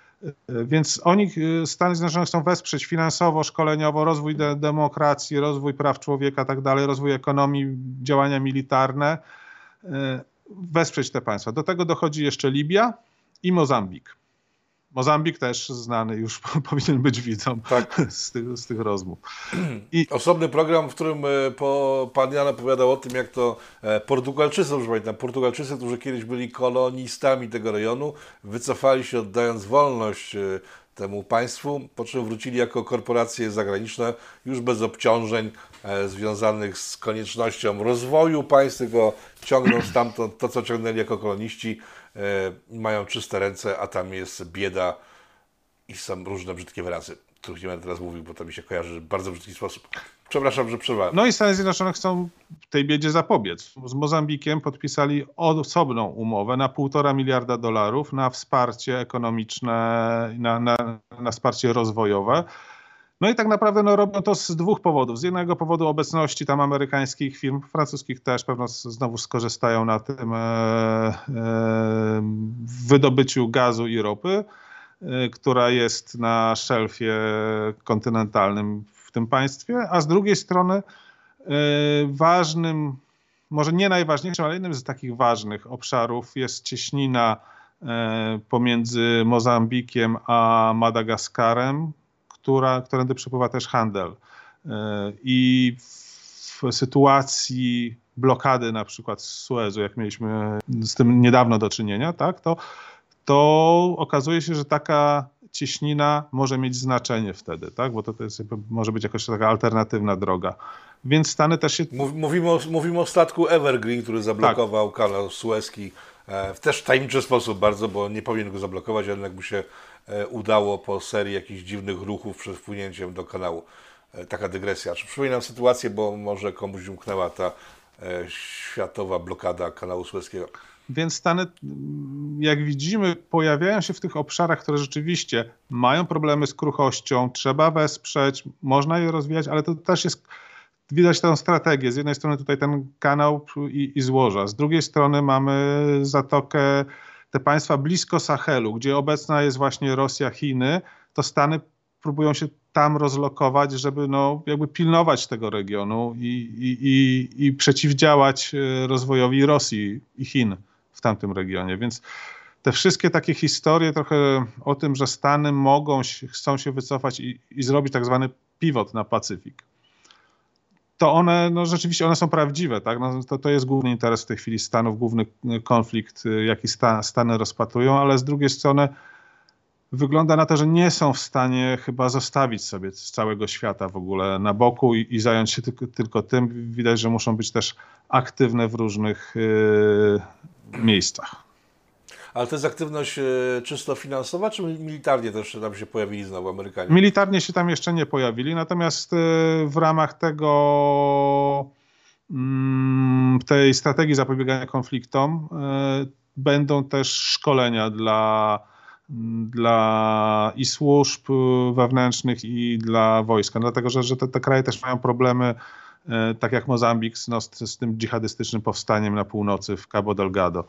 Więc oni, Stany Zjednoczone, chcą wesprzeć finansowo, szkoleniowo rozwój de demokracji, rozwój praw człowieka, tak dalej, rozwój ekonomii, działania militarne. Wesprzeć te państwa. Do tego dochodzi jeszcze Libia i Mozambik. Mozambik też znany już powinien być widzą tak. z, tych, z tych rozmów. I... Osobny program, w którym po, pan Jan opowiadał o tym, jak to Portugalczycy, dobrze pamiętam, Portugalczycy, którzy kiedyś byli kolonistami tego rejonu, wycofali się oddając wolność temu państwu, po czym wrócili jako korporacje zagraniczne, już bez obciążeń e, związanych z koniecznością rozwoju państw, tylko ciągną stamtąd to, co ciągnęli jako koloniści, e, mają czyste ręce, a tam jest bieda i są różne brzydkie wyrazy, których nie będę teraz mówił, bo to mi się kojarzy w bardzo brzydki sposób. Przepraszam, że przerwałem. No i Stany Zjednoczone chcą tej biedzie zapobiec. Z Mozambikiem podpisali osobną umowę na półtora miliarda dolarów na wsparcie ekonomiczne, na, na, na wsparcie rozwojowe. No i tak naprawdę no, robią to z dwóch powodów. Z jednego powodu obecności tam amerykańskich firm, francuskich też pewno znowu skorzystają na tym e, e, wydobyciu gazu i ropy, e, która jest na szelfie kontynentalnym w tym państwie, a z drugiej strony e, ważnym, może nie najważniejszym, ale jednym z takich ważnych obszarów jest cieśnina e, pomiędzy Mozambikiem a Madagaskarem, która, którędy przepływa też handel. E, I w sytuacji blokady na przykład z Suezu, jak mieliśmy z tym niedawno do czynienia, tak, to, to okazuje się, że taka cieśnina może mieć znaczenie wtedy, tak? Bo to, to jest, może być jakaś taka alternatywna droga. Więc Stany też się... Mówimy o, mówimy o statku Evergreen, który zablokował tak. kanał Suezki e, w też tajemniczy sposób bardzo, bo nie powinien go zablokować, ale jednak mu się e, udało po serii jakichś dziwnych ruchów przed wpłynięciem do kanału. taka dygresja. Czy przypominam sytuację, bo może komuś umknęła ta światowa blokada kanału Sueskiego. Więc Stany, jak widzimy, pojawiają się w tych obszarach, które rzeczywiście mają problemy z kruchością, trzeba wesprzeć, można je rozwijać, ale to też jest, widać tę strategię. Z jednej strony tutaj ten kanał i, i złoża, z drugiej strony mamy zatokę, te państwa blisko Sahelu, gdzie obecna jest właśnie Rosja, Chiny, to Stany próbują się tam rozlokować, żeby no, jakby pilnować tego regionu i, i, i, i przeciwdziałać rozwojowi Rosji i Chin w tamtym regionie. Więc te wszystkie takie historie trochę o tym, że Stany mogą, chcą się wycofać i, i zrobić tak zwany pivot na Pacyfik, to one, no rzeczywiście one są prawdziwe, tak? No, to, to jest główny interes w tej chwili Stanów, główny konflikt, jaki sta, Stany rozpatrują, ale z drugiej strony wygląda na to, że nie są w stanie chyba zostawić sobie z całego świata w ogóle na boku i, i zająć się tylko, tylko tym. Widać, że muszą być też aktywne w różnych yy, miejscach. Ale to jest aktywność y, czysto finansowa, czy militarnie też tam się pojawili znowu Amerykanie? Militarnie się tam jeszcze nie pojawili, natomiast y, w ramach tego y, tej strategii zapobiegania konfliktom y, będą też szkolenia dla dla i służb wewnętrznych i dla wojska, dlatego że, że te, te kraje też mają problemy, e, tak jak Mozambik no, z, z tym dżihadystycznym powstaniem na północy w Cabo Delgado.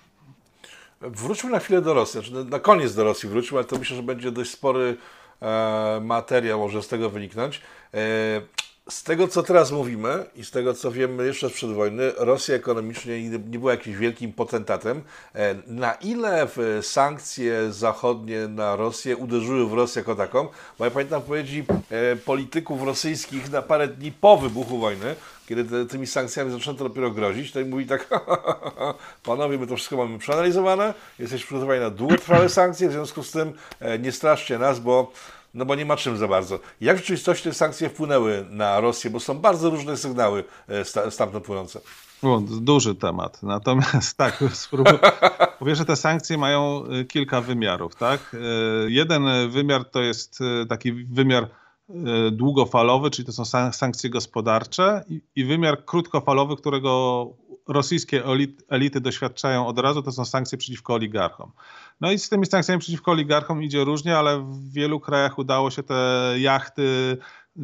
Wróćmy na chwilę do Rosji, znaczy na koniec do Rosji wróćmy, ale to myślę, że będzie dość spory e, materiał może z tego wyniknąć. E, Z tego, co teraz mówimy i z tego, co wiemy jeszcze sprzed wojny, Rosja ekonomicznie nie była jakimś wielkim potentatem. Na ile sankcje zachodnie na Rosję uderzyły w Rosję jako taką? Bo ja pamiętam wypowiedzi polityków rosyjskich na parę dni po wybuchu wojny, kiedy te, tymi sankcjami zaczęto dopiero grozić, to i mówi tak, panowie, my to wszystko mamy przeanalizowane, jesteśmy przygotowani na długotrwałe sankcje, w związku z tym nie straszcie nas, bo No bo nie ma czym za bardzo. Jak w rzeczywistości te sankcje wpłynęły na Rosję? Bo są bardzo różne sygnały stamtąd płynące. O, duży temat. Natomiast tak, mówię, że te sankcje mają kilka wymiarów. Tak? Jeden wymiar to jest taki wymiar długofalowy, czyli to są sankcje gospodarcze i, i wymiar krótkofalowy, którego rosyjskie elity doświadczają od razu, to są sankcje przeciwko oligarchom. No i z tymi sankcjami przeciwko oligarchom idzie różnie, ale w wielu krajach udało się te jachty,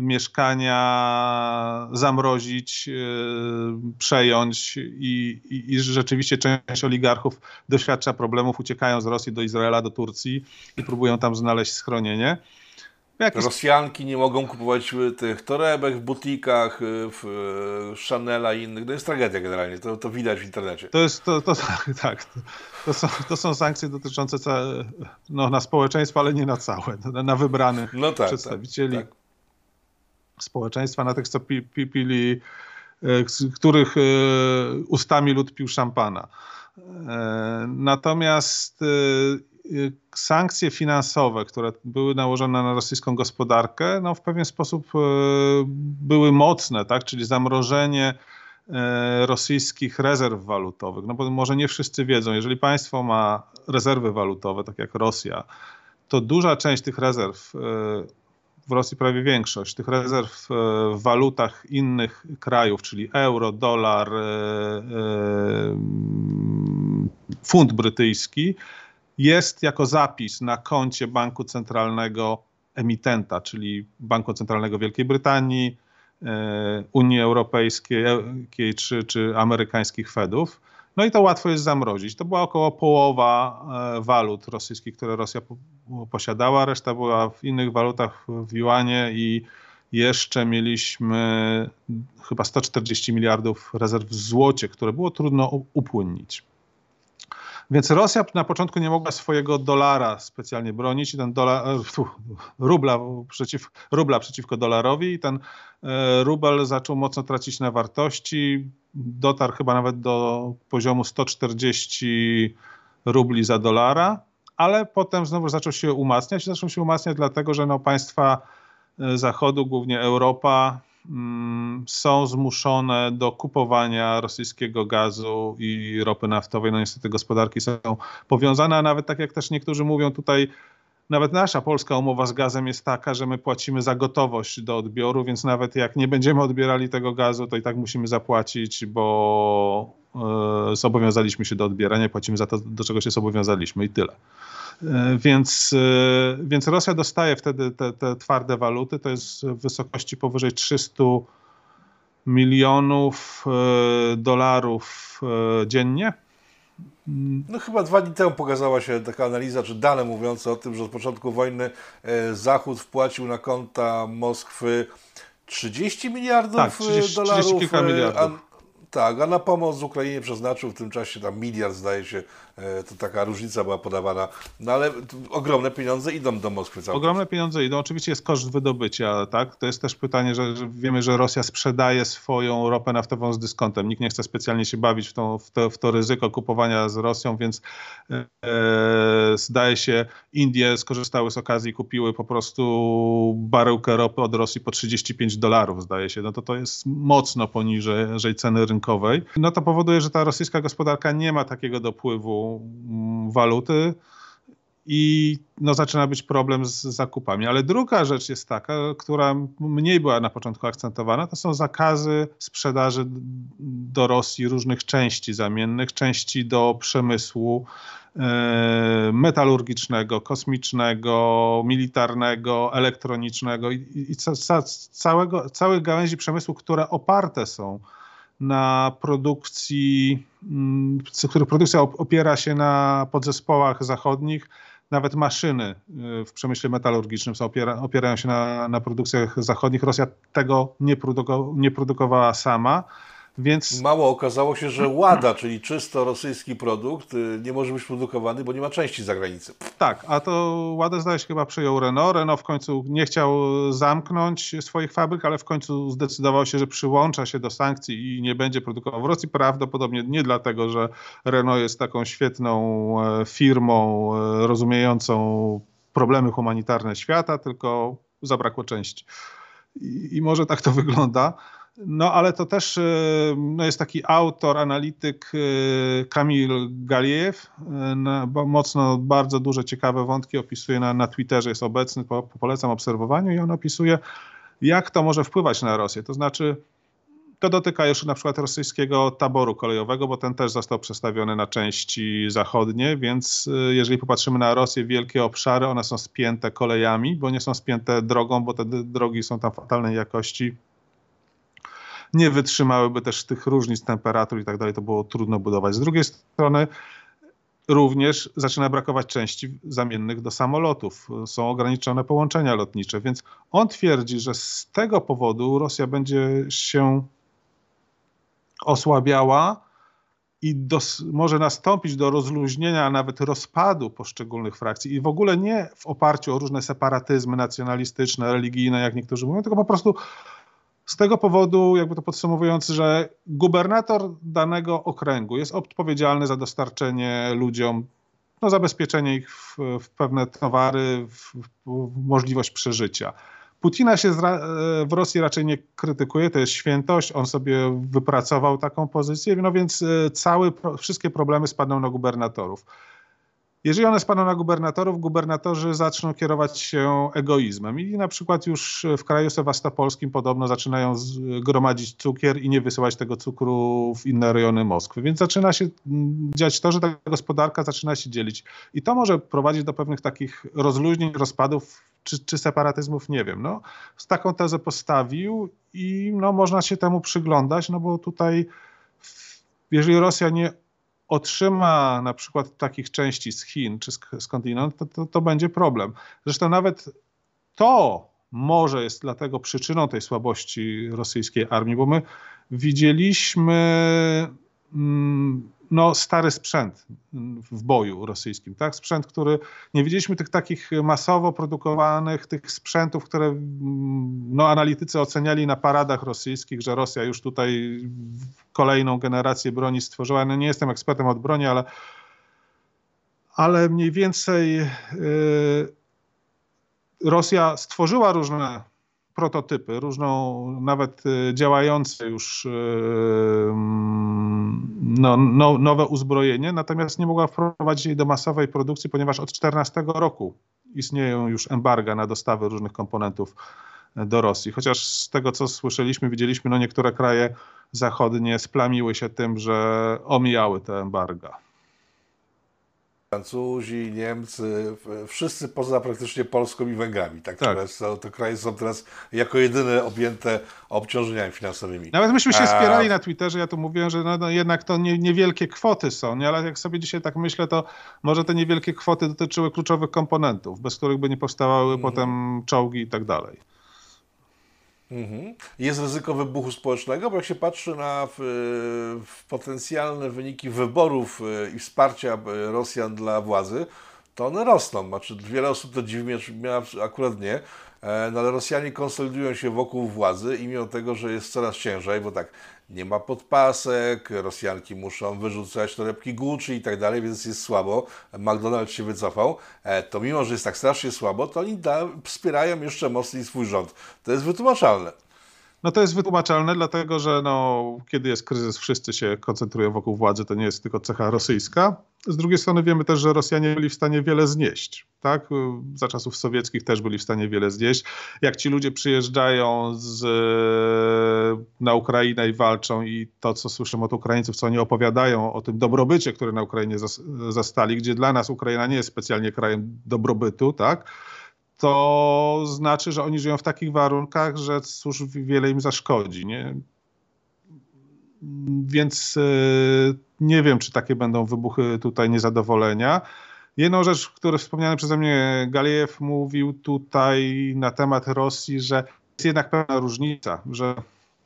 mieszkania zamrozić, yy, przejąć i, i, i rzeczywiście część oligarchów doświadcza problemów, uciekają z Rosji do Izraela, do Turcji i próbują tam znaleźć schronienie. Jakiś... Rosjanki nie mogą kupować tych torebek w butikach, w Chanela i innych. To jest tragedia generalnie, to, to widać w internecie. To jest, to, to, tak, to, to, są, to są sankcje dotyczące całe, no, na społeczeństwo, ale nie na całe, na, na wybranych no tak, przedstawicieli tak, tak. społeczeństwa, na tych, co pi, pi, pili, z których ustami lud pił szampana. Natomiast sankcje finansowe, które były nałożone na rosyjską gospodarkę, no w pewien sposób były mocne, tak? Czyli zamrożenie rosyjskich rezerw walutowych. No bo może nie wszyscy wiedzą, jeżeli państwo ma rezerwy walutowe, tak jak Rosja, to duża część tych rezerw, w Rosji prawie większość, tych rezerw w walutach innych krajów, czyli euro, dolar, funt brytyjski, jest jako zapis na koncie Banku Centralnego emitenta, czyli Banku Centralnego Wielkiej Brytanii, Unii Europejskiej czy, czy amerykańskich Fedów. No i to łatwo jest zamrozić. To była około połowa walut rosyjskich, które Rosja posiadała. Reszta była w innych walutach, w juanie i jeszcze mieliśmy chyba sto czterdzieści miliardów rezerw w złocie, które było trudno upłynnić. Więc Rosja na początku nie mogła swojego dolara specjalnie bronić i ten dolar, rubla, przeciw, rubla przeciwko dolarowi i ten rubel zaczął mocno tracić na wartości. Dotarł chyba nawet do poziomu sto czterdzieści rubli za dolara, ale potem znowu zaczął się umacniać. Zaczął się umacniać dlatego, że no państwa Zachodu, głównie Europa, są zmuszone do kupowania rosyjskiego gazu i ropy naftowej. No niestety gospodarki są powiązane, a nawet tak jak też niektórzy mówią tutaj, Nawet nasza polska umowa z gazem jest taka, że my płacimy za gotowość do odbioru, więc nawet jak nie będziemy odbierali tego gazu, to i tak musimy zapłacić, bo e, zobowiązaliśmy się do odbierania, płacimy za to, do czego się zobowiązaliśmy i tyle. E, więc, e, więc Rosja dostaje wtedy te, te twarde waluty, to jest w wysokości powyżej trzysta milionów e, dolarów e, dziennie. No chyba dwa dni temu pokazała się taka analiza, czy dane mówiące o tym, że od początku wojny e, Zachód wpłacił na konta Moskwy trzydzieści miliardów Tak, trzydzieści, dolarów. trzydzieści kilka miliardów. A, tak, a na pomoc Ukrainie przeznaczył w tym czasie tam miliard, zdaje się, e, to taka różnica była podawana. No ale ogromne pieniądze idą do Moskwy cały czas. Ogromne pieniądze idą. Oczywiście jest koszt wydobycia, tak? To jest też pytanie, że, że wiemy, że Rosja sprzedaje swoją ropę naftową z dyskontem. Nikt nie chce specjalnie się bawić w to, w to, w to ryzyko kupowania z Rosją, więc e, zdaje się, Indie skorzystały z okazji i kupiły po prostu baryłkę ropy od Rosji po trzydzieści pięć dolarów, zdaje się. No to to jest mocno poniżej ceny rynkowej. No to powoduje, że ta rosyjska gospodarka nie ma takiego dopływu waluty i no, zaczyna być problem z zakupami. Ale druga rzecz jest taka, która mniej była na początku akcentowana, to są zakazy sprzedaży do Rosji różnych części zamiennych, części do przemysłu e, metalurgicznego, kosmicznego, militarnego, elektronicznego i, i ca, całego, całych gałęzi przemysłu, które oparte są na produkcji, których produkcja opiera się na podzespołach zachodnich. Nawet maszyny w przemyśle metalurgicznym są opiera, opierają się na, na produkcjach zachodnich. Rosja tego nie, produko, nie produkowała sama, więc... Mało okazało się, że Łada, czyli czysto rosyjski produkt, nie może być produkowany, bo nie ma części z zagranicy. Tak, a to Ładę zdaje się chyba przyjął Renault. Renault w końcu nie chciał zamknąć swoich fabryk, ale w końcu zdecydował się, że przyłącza się do sankcji i nie będzie produkował w Rosji. Prawdopodobnie nie dlatego, że Renault jest taką świetną firmą rozumiejącą problemy humanitarne świata, tylko zabrakło części. I, i może tak to wygląda. No ale to też no, jest taki autor, analityk Kamil Galiew, mocno, bardzo duże, ciekawe wątki opisuje na, na Twitterze, jest obecny, po, polecam obserwowaniu i on opisuje, jak to może wpływać na Rosję. To znaczy, to dotyka już na przykład rosyjskiego taboru kolejowego, bo ten też został przestawiony na części zachodnie, więc jeżeli popatrzymy na Rosję, wielkie obszary, one są spięte kolejami, bo nie są spięte drogą, bo te drogi są tam fatalnej jakości. Nie wytrzymałyby też tych różnic temperatur i tak dalej, to było trudno budować. Z drugiej strony również zaczyna brakować części zamiennych do samolotów. Są ograniczone połączenia lotnicze, więc on twierdzi, że z tego powodu Rosja będzie się osłabiała i dos, może nastąpić do rozluźnienia, a nawet rozpadu poszczególnych frakcji i w ogóle nie w oparciu o różne separatyzmy nacjonalistyczne, religijne, jak niektórzy mówią, tylko po prostu z tego powodu, jakby to podsumowując, że gubernator danego okręgu jest odpowiedzialny za dostarczenie ludziom, no, zabezpieczenie ich w, w pewne towary, w, w możliwość przeżycia. Putina się w Rosji raczej nie krytykuje, to jest świętość, on sobie wypracował taką pozycję, no więc cały, wszystkie problemy spadną na gubernatorów. Jeżeli one spadną na gubernatorów, gubernatorzy zaczną kierować się egoizmem i na przykład już w kraju sewastopolskim podobno zaczynają gromadzić cukier i nie wysyłać tego cukru w inne rejony Moskwy. Więc zaczyna się dziać to, że ta gospodarka zaczyna się dzielić. I to może prowadzić do pewnych takich rozluźnień, rozpadów czy, czy separatyzmów, nie wiem. No, z taką tezę postawił i no, można się temu przyglądać, no bo tutaj jeżeli Rosja nie otrzyma na przykład takich części z Chin czy skądinąd, to, to, to będzie problem. Zresztą nawet to może jest dlatego przyczyną tej słabości rosyjskiej armii, bo my widzieliśmy no, stary sprzęt w boju rosyjskim, tak? Sprzęt, który nie widzieliśmy tych takich masowo produkowanych, tych sprzętów, które no, analitycy oceniali na paradach rosyjskich, że Rosja już tutaj kolejną generację broni stworzyła. No, nie jestem ekspertem od broni, ale, ale mniej więcej yy, Rosja stworzyła różne prototypy, różną, nawet działające już no, no, nowe uzbrojenie, natomiast nie mogła wprowadzić jej do masowej produkcji, ponieważ od czternastego roku istnieją już embarga na dostawy różnych komponentów do Rosji. Chociaż z tego, co słyszeliśmy, widzieliśmy, no niektóre kraje zachodnie splamiły się tym, że omijały te embarga. Francuzi, Niemcy, wszyscy poza praktycznie Polską i Węgrami. Tak, Tak. Które są, te kraje są teraz jako jedyne objęte obciążeniami finansowymi. Nawet myśmy się A... spierali na Twitterze, ja tu mówiłem, że no, no jednak to nie, niewielkie kwoty są, nie? Ale jak sobie dzisiaj tak myślę, to może te niewielkie kwoty dotyczyły kluczowych komponentów, bez których by nie powstawały mm. potem czołgi i tak dalej. Mhm. Jest ryzyko wybuchu społecznego, bo jak się patrzy na w, w potencjalne wyniki wyborów i wsparcia Rosjan dla władzy, to one rosną. Znaczy, wiele osób to dziwnie, akurat nie, no ale Rosjanie konsolidują się wokół władzy i mimo tego, że jest coraz ciężej, bo tak, nie ma podpasek, Rosjanki muszą wyrzucać torebki Gucci i tak dalej, więc jest słabo. McDonald's się wycofał. To mimo, że jest tak strasznie słabo, to oni da, wspierają jeszcze mocniej swój rząd. To jest wytłumaczalne. No to jest wytłumaczalne, dlatego że no, kiedy jest kryzys, wszyscy się koncentrują wokół władzy, to nie jest tylko cecha rosyjska. Z drugiej strony wiemy też, że Rosjanie byli w stanie wiele znieść. Tak? Za czasów sowieckich też byli w stanie wiele znieść. Jak ci ludzie przyjeżdżają z, na Ukrainę i walczą i to, co słyszymy od Ukraińców, co oni opowiadają o tym dobrobycie, który na Ukrainie zastali, gdzie dla nas Ukraina nie jest specjalnie krajem dobrobytu, tak? To znaczy, że oni żyją w takich warunkach, że cóż wiele im zaszkodzi. Nie? Więc yy, nie wiem, czy takie będą wybuchy tutaj niezadowolenia. Jedną rzecz, którą wspomniany przeze mnie Galijew mówił tutaj na temat Rosji, że jest jednak pewna różnica, że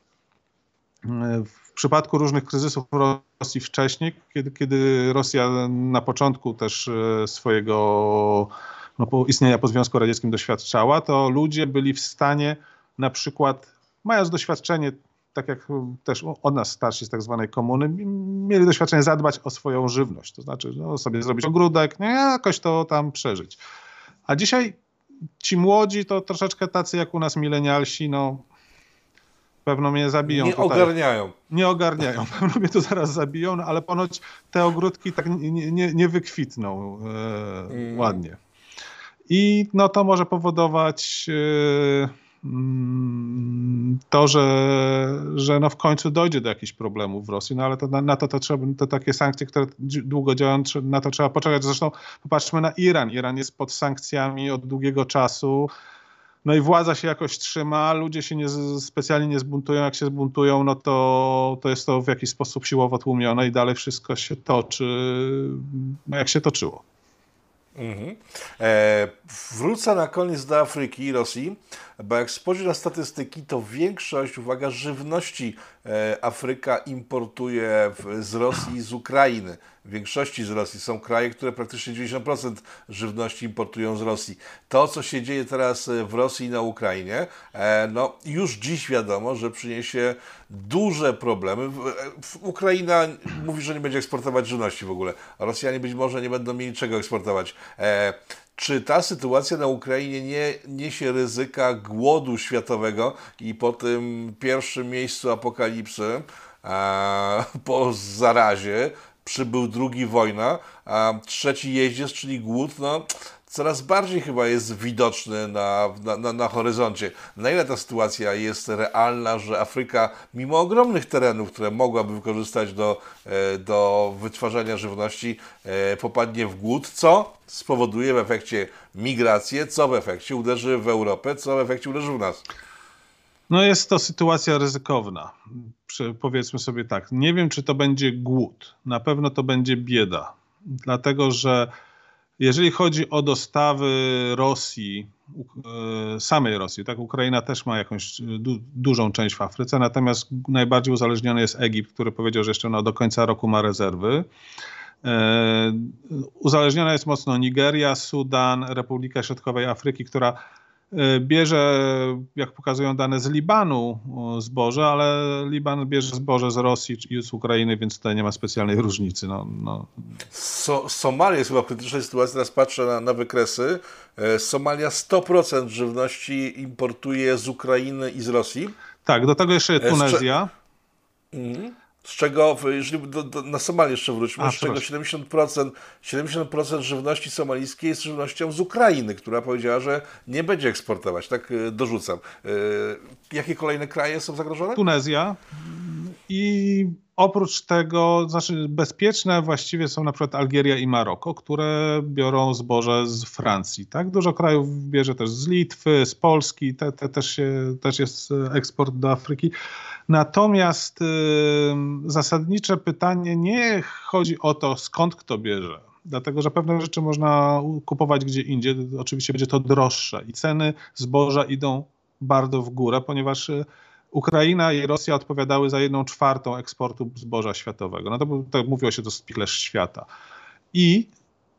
w przypadku różnych kryzysów w Rosji wcześniej, kiedy, kiedy Rosja na początku też swojego no, po istnienia po Związku Radzieckim doświadczała, to ludzie byli w stanie na przykład, mając doświadczenie, tak jak też od nas starsi z tak zwanej komuny, mieli doświadczenie zadbać o swoją żywność. To znaczy no, sobie zrobić ogródek, nie, jakoś to tam przeżyć. A dzisiaj ci młodzi to troszeczkę tacy jak u nas milenialsi, no pewno mnie zabiją. Nie tutaj. ogarniają. Nie ogarniają. Pewno mnie tu zaraz zabiją, no, ale ponoć te ogródki tak nie, nie, nie wykwitną e, mm. ładnie. I no to może powodować e, to, że, że no w końcu dojdzie do jakichś problemów w Rosji, no ale to, na, na to, to trzeba, to takie sankcje, które długo działają, na to trzeba poczekać. Zresztą popatrzmy na Iran. Iran jest pod sankcjami od długiego czasu. No i władza się jakoś trzyma, ludzie się nie, specjalnie nie zbuntują. Jak się zbuntują, no to, to jest to w jakiś sposób siłowo tłumione i dalej wszystko się toczy, no jak się toczyło. Mhm. E, wrócę na koniec do Afryki i Rosji, bo jak spojrzy na statystyki, to większość, uwaga, żywności e, Afryka importuje w, z Rosji i z Ukrainy. W większości z Rosji są kraje, które praktycznie dziewięćdziesiąt procent żywności importują z Rosji. To, co się dzieje teraz w Rosji i na Ukrainie, e, no już dziś wiadomo, że przyniesie duże problemy. W, w, Ukraina mówi, że nie będzie eksportować żywności w ogóle, a Rosjanie być może nie będą mieli czego eksportować. E, Czy ta sytuacja na Ukrainie nie niesie ryzyka głodu światowego i po tym pierwszym miejscu apokalipsy, a, po zarazie, przybył drugi wojna, a trzeci jeździec, czyli głód, no coraz bardziej chyba jest widoczny na, na, na, na horyzoncie. Na ile ta sytuacja jest realna, że Afryka, mimo ogromnych terenów, które mogłaby wykorzystać do, do wytwarzania żywności, popadnie w głód, co spowoduje w efekcie migrację, co w efekcie uderzy w Europę, co w efekcie uderzy w nas? No jest to sytuacja ryzykowna. Powiedzmy sobie tak, nie wiem, czy to będzie głód. Na pewno to będzie bieda. Dlatego, że jeżeli chodzi o dostawy Rosji, samej Rosji, tak, Ukraina też ma jakąś du dużą część w Afryce, natomiast najbardziej uzależniony jest Egipt, który powiedział, że jeszcze no, do końca roku ma rezerwy. E, uzależniona jest mocno Nigeria, Sudan, Republika Środkowej Afryki, która bierze, jak pokazują dane, z Libanu zboże, ale Liban bierze zboże z Rosji i z Ukrainy, więc tutaj nie ma specjalnej różnicy. No, no. So, Somalia jest chyba w krytycznej sytuacji, teraz patrzę na, na wykresy. Somalia sto procent żywności importuje z Ukrainy i z Rosji. Tak, do tego jeszcze Tunezja. Mhm. z czego, jeżeli do, do, na Somalię jeszcze wróćmy, A, z czego siedemdziesiąt procent, siedemdziesiąt procent żywności somalijskiej jest żywnością z Ukrainy, która powiedziała, że nie będzie eksportować. Tak dorzucam. Jakie kolejne kraje są zagrożone? Tunezja. I oprócz tego, znaczy bezpieczne właściwie są na przykład Algieria i Maroko, które biorą zboże z Francji. Tak? Dużo krajów bierze też z Litwy, z Polski, te, te też, się, też jest eksport do Afryki. Natomiast y, zasadnicze pytanie nie chodzi o to, skąd kto bierze. Dlatego, że pewne rzeczy można kupować gdzie indziej. Oczywiście będzie to droższe i ceny zboża idą bardzo w górę, ponieważ Ukraina i Rosja odpowiadały za jedną czwartą eksportu zboża światowego. No to, to mówiło się, to spichlerz świata. I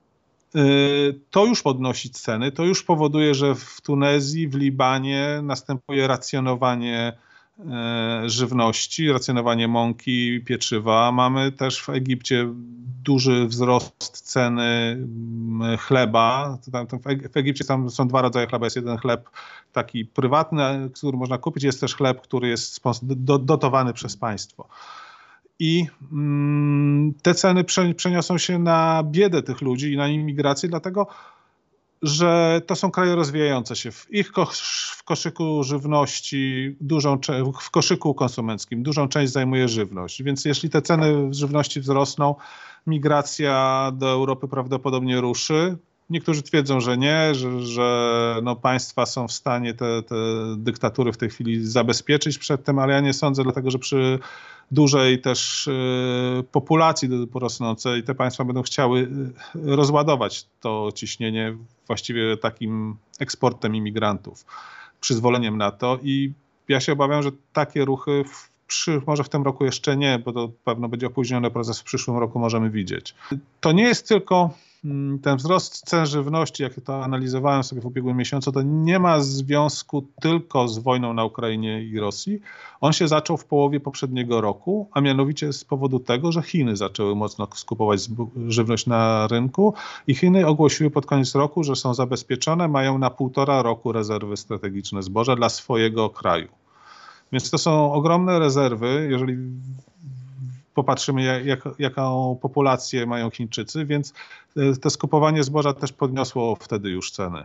y, to już podnosi ceny, to już powoduje, że w Tunezji, w Libanie następuje racjonowanie y, żywności, racjonowanie mąki, pieczywa. Mamy też w Egipcie duży wzrost ceny chleba. W Egipcie tam są dwa rodzaje chleba. Jest jeden chleb taki prywatny, który można kupić. Jest też chleb, który jest dotowany przez państwo. I mm, te ceny przeniosą się na biedę tych ludzi i na imigrację, dlatego że to są kraje rozwijające się. W ich kosz, w koszyku żywności, dużą, w koszyku konsumenckim dużą część zajmuje żywność. Więc jeśli te ceny żywności wzrosną, migracja do Europy prawdopodobnie ruszy. Niektórzy twierdzą, że nie, że, że no państwa są w stanie te, te dyktatury w tej chwili zabezpieczyć przed tym, ale ja nie sądzę, dlatego że przy dużej też y, populacji rosnącej te państwa będą chciały y, rozładować to ciśnienie właściwie takim eksportem imigrantów, przyzwoleniem na to i ja się obawiam, że takie ruchy w, przy, może w tym roku jeszcze nie, bo to pewno będzie opóźniony proces, w przyszłym roku możemy widzieć. To nie jest tylko ten wzrost cen żywności, jak to analizowałem sobie w ubiegłym miesiącu, to nie ma związku tylko z wojną na Ukrainie i Rosji. On się zaczął w połowie poprzedniego roku, a mianowicie z powodu tego, że Chiny zaczęły mocno skupować żywność na rynku i Chiny ogłosiły pod koniec roku, że są zabezpieczone, mają na półtora roku rezerwy strategiczne zboża dla swojego kraju. Więc to są ogromne rezerwy, jeżeli popatrzymy, jak, jaką populację mają Chińczycy, więc to skupowanie zboża też podniosło wtedy już ceny.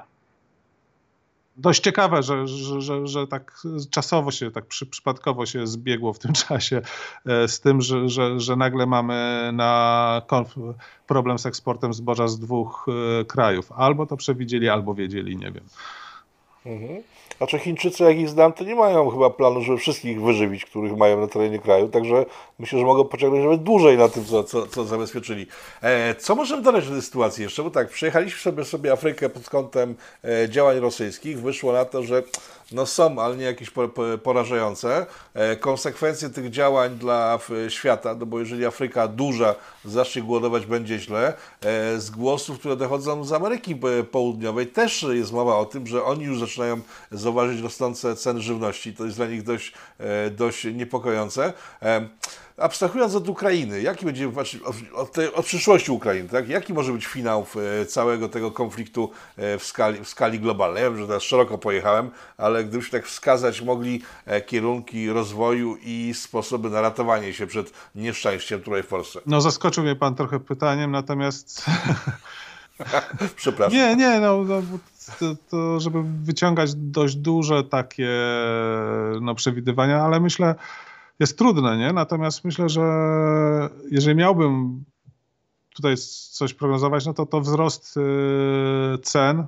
Dość ciekawe, że, że, że, że tak czasowo się, tak przy, przypadkowo się zbiegło w tym czasie z tym, że, że, że nagle mamy na problem z eksportem zboża z dwóch krajów. Albo to przewidzieli, albo wiedzieli, nie wiem. Mhm. Znaczy Chińczycy, jak ich znam, to nie mają chyba planu, żeby wszystkich wyżywić, których mają na terenie kraju, także myślę, że mogą pociągnąć nawet dłużej na tym, co, co, co zabezpieczyli. E, co możemy dodać do tej sytuacji jeszcze? Bo tak, przejechaliśmy sobie, sobie Afrykę pod kątem e, działań rosyjskich, wyszło na to, że no są, ale nie jakieś po, po, porażające. E, konsekwencje tych działań dla w, świata, no bo jeżeli Afryka duża zacznie głodować, będzie źle. E, z głosów, które dochodzą z Ameryki Południowej, też jest mowa o tym, że oni już zaczynają zauważyć rosnące ceny żywności. To jest dla nich dość, e, dość niepokojące. E, Abstrahując od Ukrainy, jaki będzie od, tej, od przyszłości Ukrainy, tak? Jaki może być finał całego tego konfliktu w skali, w skali globalnej? Ja wiem, że teraz szeroko pojechałem, ale gdybyśmy tak wskazać mogli kierunki rozwoju i sposoby na ratowanie się przed nieszczęściem tutaj w Polsce. No zaskoczył mnie pan trochę pytaniem, natomiast... Przepraszam. Nie, nie, no, no to, to żeby wyciągać dość duże takie no, przewidywania, ale myślę, jest trudne, nie? Natomiast myślę, że jeżeli miałbym tutaj coś prognozować, no to to wzrost cen,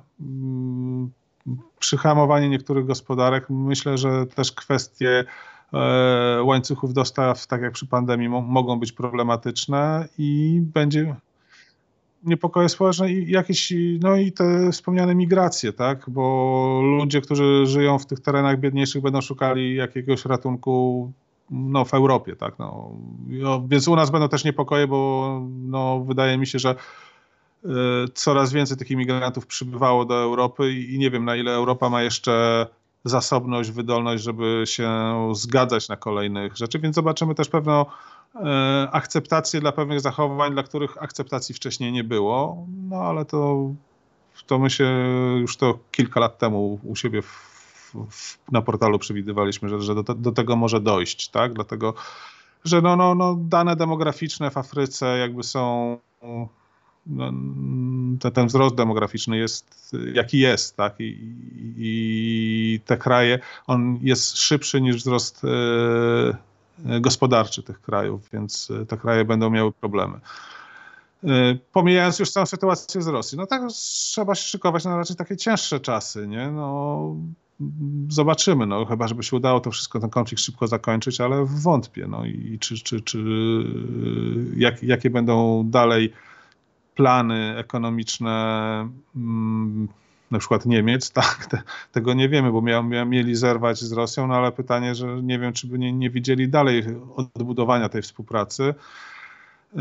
przyhamowanie niektórych gospodarek, myślę, że też kwestie łańcuchów dostaw, tak jak przy pandemii, mogą być problematyczne i będzie niepokoje społeczne i jakieś, no i te wspomniane migracje, tak? Bo ludzie, którzy żyją w tych terenach biedniejszych, będą szukali jakiegoś ratunku no, w Europie, tak? No, no, więc u nas będą też niepokoje, bo no, wydaje mi się, że y, coraz więcej tych imigrantów przybywało do Europy i, i nie wiem, na ile Europa ma jeszcze zasobność, wydolność, żeby się zgadzać na kolejnych rzeczy, więc zobaczymy też pewną y, akceptację dla pewnych zachowań, dla których akceptacji wcześniej nie było, no ale to, to my się już to kilka lat temu u siebie w na portalu przewidywaliśmy, że, że do, do tego może dojść, tak? Dlatego, że no, no, no, dane demograficzne w Afryce jakby są, no, te, ten wzrost demograficzny jest jaki jest, tak? I, i te kraje, on jest szybszy niż wzrost e, gospodarczy tych krajów, więc te kraje będą miały problemy. Pomijając już całą sytuację z Rosji, no tak trzeba się szykować na raczej takie cięższe czasy, nie? No, zobaczymy, no chyba żeby się udało to wszystko, ten konflikt szybko zakończyć, ale wątpię, no i czy, czy, czy jak, jakie będą dalej plany ekonomiczne mm, na przykład Niemiec, tak, te, tego nie wiemy, bo miał, miał, mieli zerwać z Rosją, no ale pytanie, że nie wiem, czy by nie, nie widzieli dalej odbudowania tej współpracy. Yy,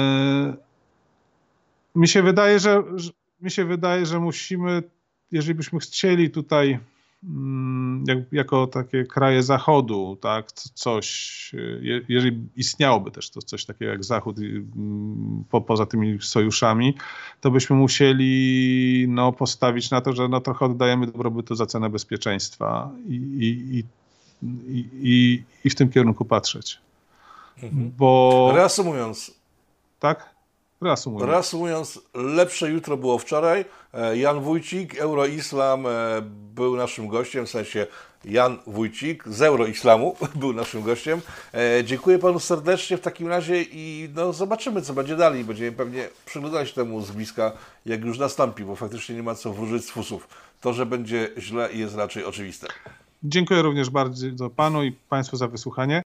Mi się wydaje, że, że mi się wydaje, że musimy, jeżeli byśmy chcieli tutaj jak, jako takie kraje Zachodu, tak, coś, je, jeżeli istniałoby też to coś takiego jak Zachód po, poza tymi sojuszami, to byśmy musieli no, postawić na to, że no, trochę oddajemy dobrobytu za cenę bezpieczeństwa i, i, i, i, i w tym kierunku patrzeć. Mhm. Bo... Reasumując, tak? Reasumując. Reasumując, lepsze jutro było wczoraj. Jan Wójcik, Euroislam, był naszym gościem, w sensie Jan Wójcik z Euroislamu był naszym gościem. Dziękuję panu serdecznie w takim razie i no, zobaczymy, co będzie dalej. Będziemy pewnie przyglądać się temu z bliska, jak już nastąpi, bo faktycznie nie ma co wróżyć z fusów. To, że będzie źle, jest raczej oczywiste. Dziękuję również bardzo panu i państwu za wysłuchanie.